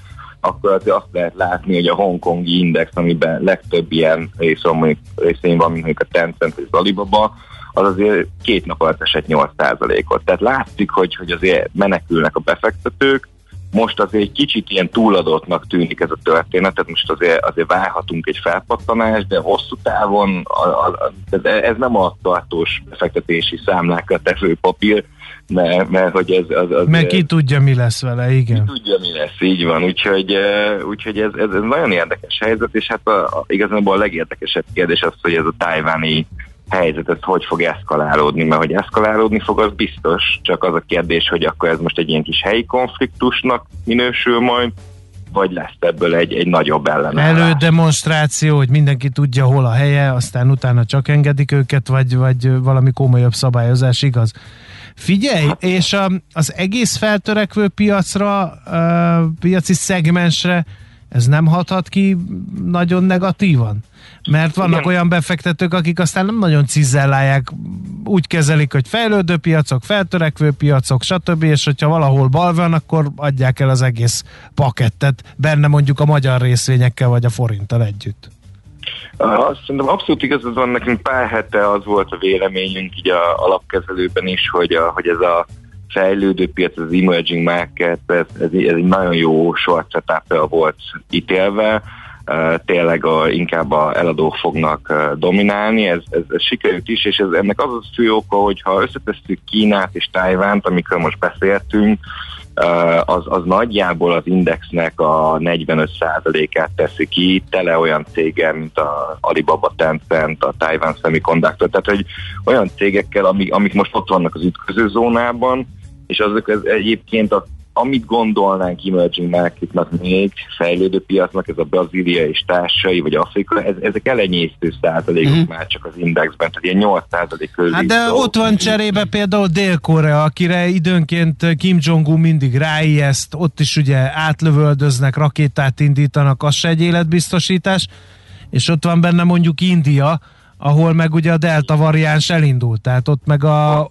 Speaker 8: akkor azért azt lehet látni, hogy a hongkongi index, amiben legtöbb ilyen részén van, mint mondjuk a Tencent vagy az Alibaba, az azért két nap alatt esett nyolc százalékot. Tehát látszik, hogy, hogy azért menekülnek a befektetők. Most azért egy kicsit ilyen túladottnak tűnik ez a történet, tehát most azért, azért várhatunk egy felpattanást, de hosszú távon a, a, a, ez nem a tartós befektetési számlákra tevő papír, mert, mert hogy ez... Az, az
Speaker 4: Meg ki tudja, mi lesz vele, igen.
Speaker 8: Ki tudja, mi lesz, így van. Úgyhogy, úgyhogy ez, ez, ez nagyon érdekes helyzet, és hát a, a, igazából a legérdekesebb kérdés az, hogy ez a tájváni helyzet, ez hogy fog eszkalálódni, mert hogy eszkalálódni fog, az biztos, csak az a kérdés, hogy akkor ez most egy ilyen kis helyi konfliktusnak minősül majd, vagy lesz ebből egy, egy nagyobb ellenállás.
Speaker 4: Elődemonstráció, hogy mindenki tudja, hol a helye, aztán utána csak engedik őket, vagy, vagy valami komolyabb szabályozás, igaz? Figyelj, és a, az egész feltörekvő piacra, a piaci szegmensre ez nem hathat ki nagyon negatívan? Mert vannak igen. olyan befektetők, akik aztán nem nagyon cizellálják, úgy kezelik, hogy fejlődő piacok, feltörekvő piacok, stb. És hogyha valahol bal van, akkor adják el az egész pakettet, benne mondjuk a magyar részvényekkel, vagy a forinttal együtt.
Speaker 8: Azt szerintem abszolút igazad van, nekünk pár hete az volt a véleményünk így a alapkezelőben is, hogy, a, hogy ez a fejlődő piac, az emerging market, ez, ez, ez egy nagyon jó short setup volt ítélve, uh, tényleg a, inkább a eladók fognak uh, dominálni, ez, ez, ez sikerült is, és ez, ennek az a fő oka, hogyha összetesszük Kínát és Tajvánt, amikről most beszéltünk, uh, az, az nagyjából az indexnek a negyvenöt százalékát teszi ki, tele olyan céggel, mint a Alibaba, Tencent, a Taiwan Semiconductor, tehát hogy olyan cégekkel, amik, amik most ott vannak az ütköző zónában, és azok az egyébként, a, amit gondolnánk emerging marketnak még, fejlődő piacnak, ez a Brazília és társai, vagy Afrika, ez, ezek elenyésztő százalékok mm-hmm. már csak az indexben, tehát ilyen nyolc százalék körül.
Speaker 4: Hát de ott van cserébe például Dél-Korea, akire időnként Kim Jong-un mindig ráijeszt, ott is ugye átlövöldöznek, rakétát indítanak, az se egy életbiztosítás, és ott van benne mondjuk India, ahol meg ugye a delta variáns elindult, tehát ott meg a...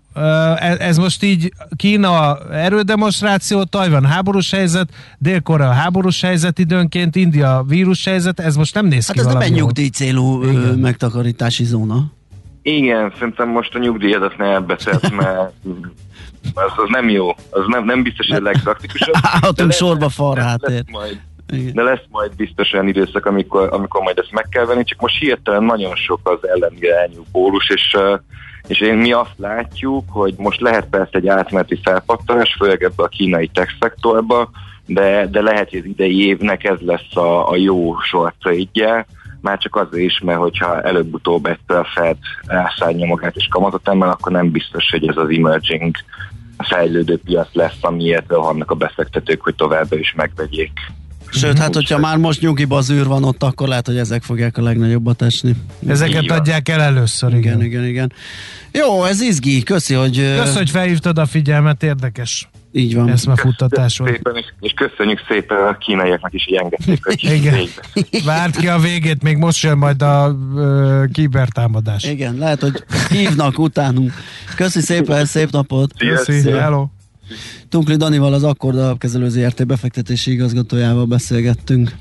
Speaker 4: Ez most így Kína erődemonstráció, Tajvan háborús helyzet, Dél-Korea háborús helyzet időnként, India vírus helyzet, ez most nem néz
Speaker 5: hát
Speaker 4: ki
Speaker 5: valami. Hát ez nem egy
Speaker 4: nyugdíj
Speaker 5: célú igen. megtakarítási zóna.
Speaker 8: Igen, szerintem most a nyugdíjat azt ne elbeszélt, mert az, az nem jó, az nem, nem biztos, hogy a legpraktikusabb.
Speaker 5: Állhatunk sorba farhátért.
Speaker 8: De lesz majd biztos olyan időszak, amikor, amikor majd ezt meg kell venni, csak most hirtelen nagyon sok az ellenirányú pólus, és, és én, mi azt látjuk, hogy most lehet persze egy átmeneti felpattanás, főleg ebbe a kínai tech szektorba, de, de lehet, hogy az idei évnek ez lesz a, a jó short trade-je, már csak azért is, mert hogyha előbb-utóbb egyszer a Fed elszállja magát és kamatot emel, akkor nem biztos, hogy ez az emerging fejlődő piac lesz, amiért vannak a befektetők, hogy továbbra is megvegyék.
Speaker 5: Sőt, hát hogyha már most nyugiba az űr van ott, akkor lehet, hogy ezek fogják a legnagyobbat esni.
Speaker 4: Ezeket adják el először, igen.
Speaker 5: Igen, igen, igen. Jó, ez izgi, köszi, hogy...
Speaker 4: Köszi, hogy felhívtad a figyelmet, érdekes.
Speaker 5: Így van.
Speaker 4: Eszmefuttatás volt.
Speaker 8: Szépen, és köszönjük szépen a kínaiaknak is, hogy engedték, hogy
Speaker 4: igen. Várt ki a végét, még most jön majd a uh, kibertámadás.
Speaker 5: Igen, lehet, hogy hívnak utánunk. Köszi szépen, szép napot.
Speaker 4: Köszi, hello.
Speaker 5: Tunkli Danival, az Akkord Alapkezelő zé er té befektetési igazgatójával beszélgettünk.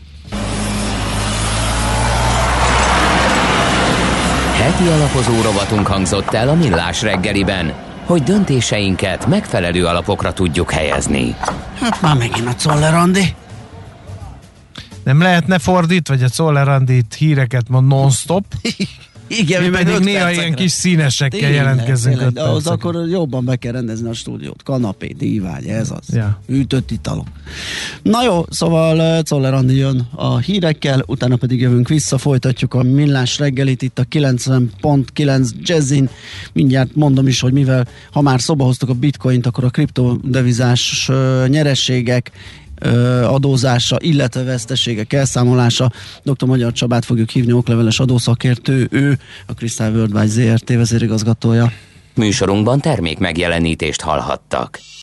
Speaker 1: Heti alapozó rovatunk hangzott el a Millás reggeliben, hogy döntéseinket megfelelő alapokra tudjuk helyezni.
Speaker 5: Hát már megint a Czoller Andi.
Speaker 4: Nem lehetne fordít, vagy a Czoller Andi híreket mond non-stop?
Speaker 5: Igen, mi meg
Speaker 4: néha percekre. Ilyen kis színesekkel tényleg, jelentkezünk.
Speaker 5: Tényleg, de ahhoz akkor jobban be kell rendezni a stúdiót. Kanapé, dívány, ez az.
Speaker 4: Ja.
Speaker 5: Ütött italok. Na jó, szóval Czoller Andi jön a hírekkel, utána pedig jövünk vissza, folytatjuk a Millás reggelit itt a kilencven pont kilenc Jazzin. Mindjárt mondom is, hogy mivel ha már szóba hoztuk a bitcoint, akkor a kriptodevizás uh, nyerességek adózása, illetve veszteségek elszámolása. doktor Magyar Csabát fogjuk hívni, okleveles adószakértő, ő a Crystal Worldwide zé er té vezérigazgatója.
Speaker 1: Műsorunkban termék megjelenítést hallhattak.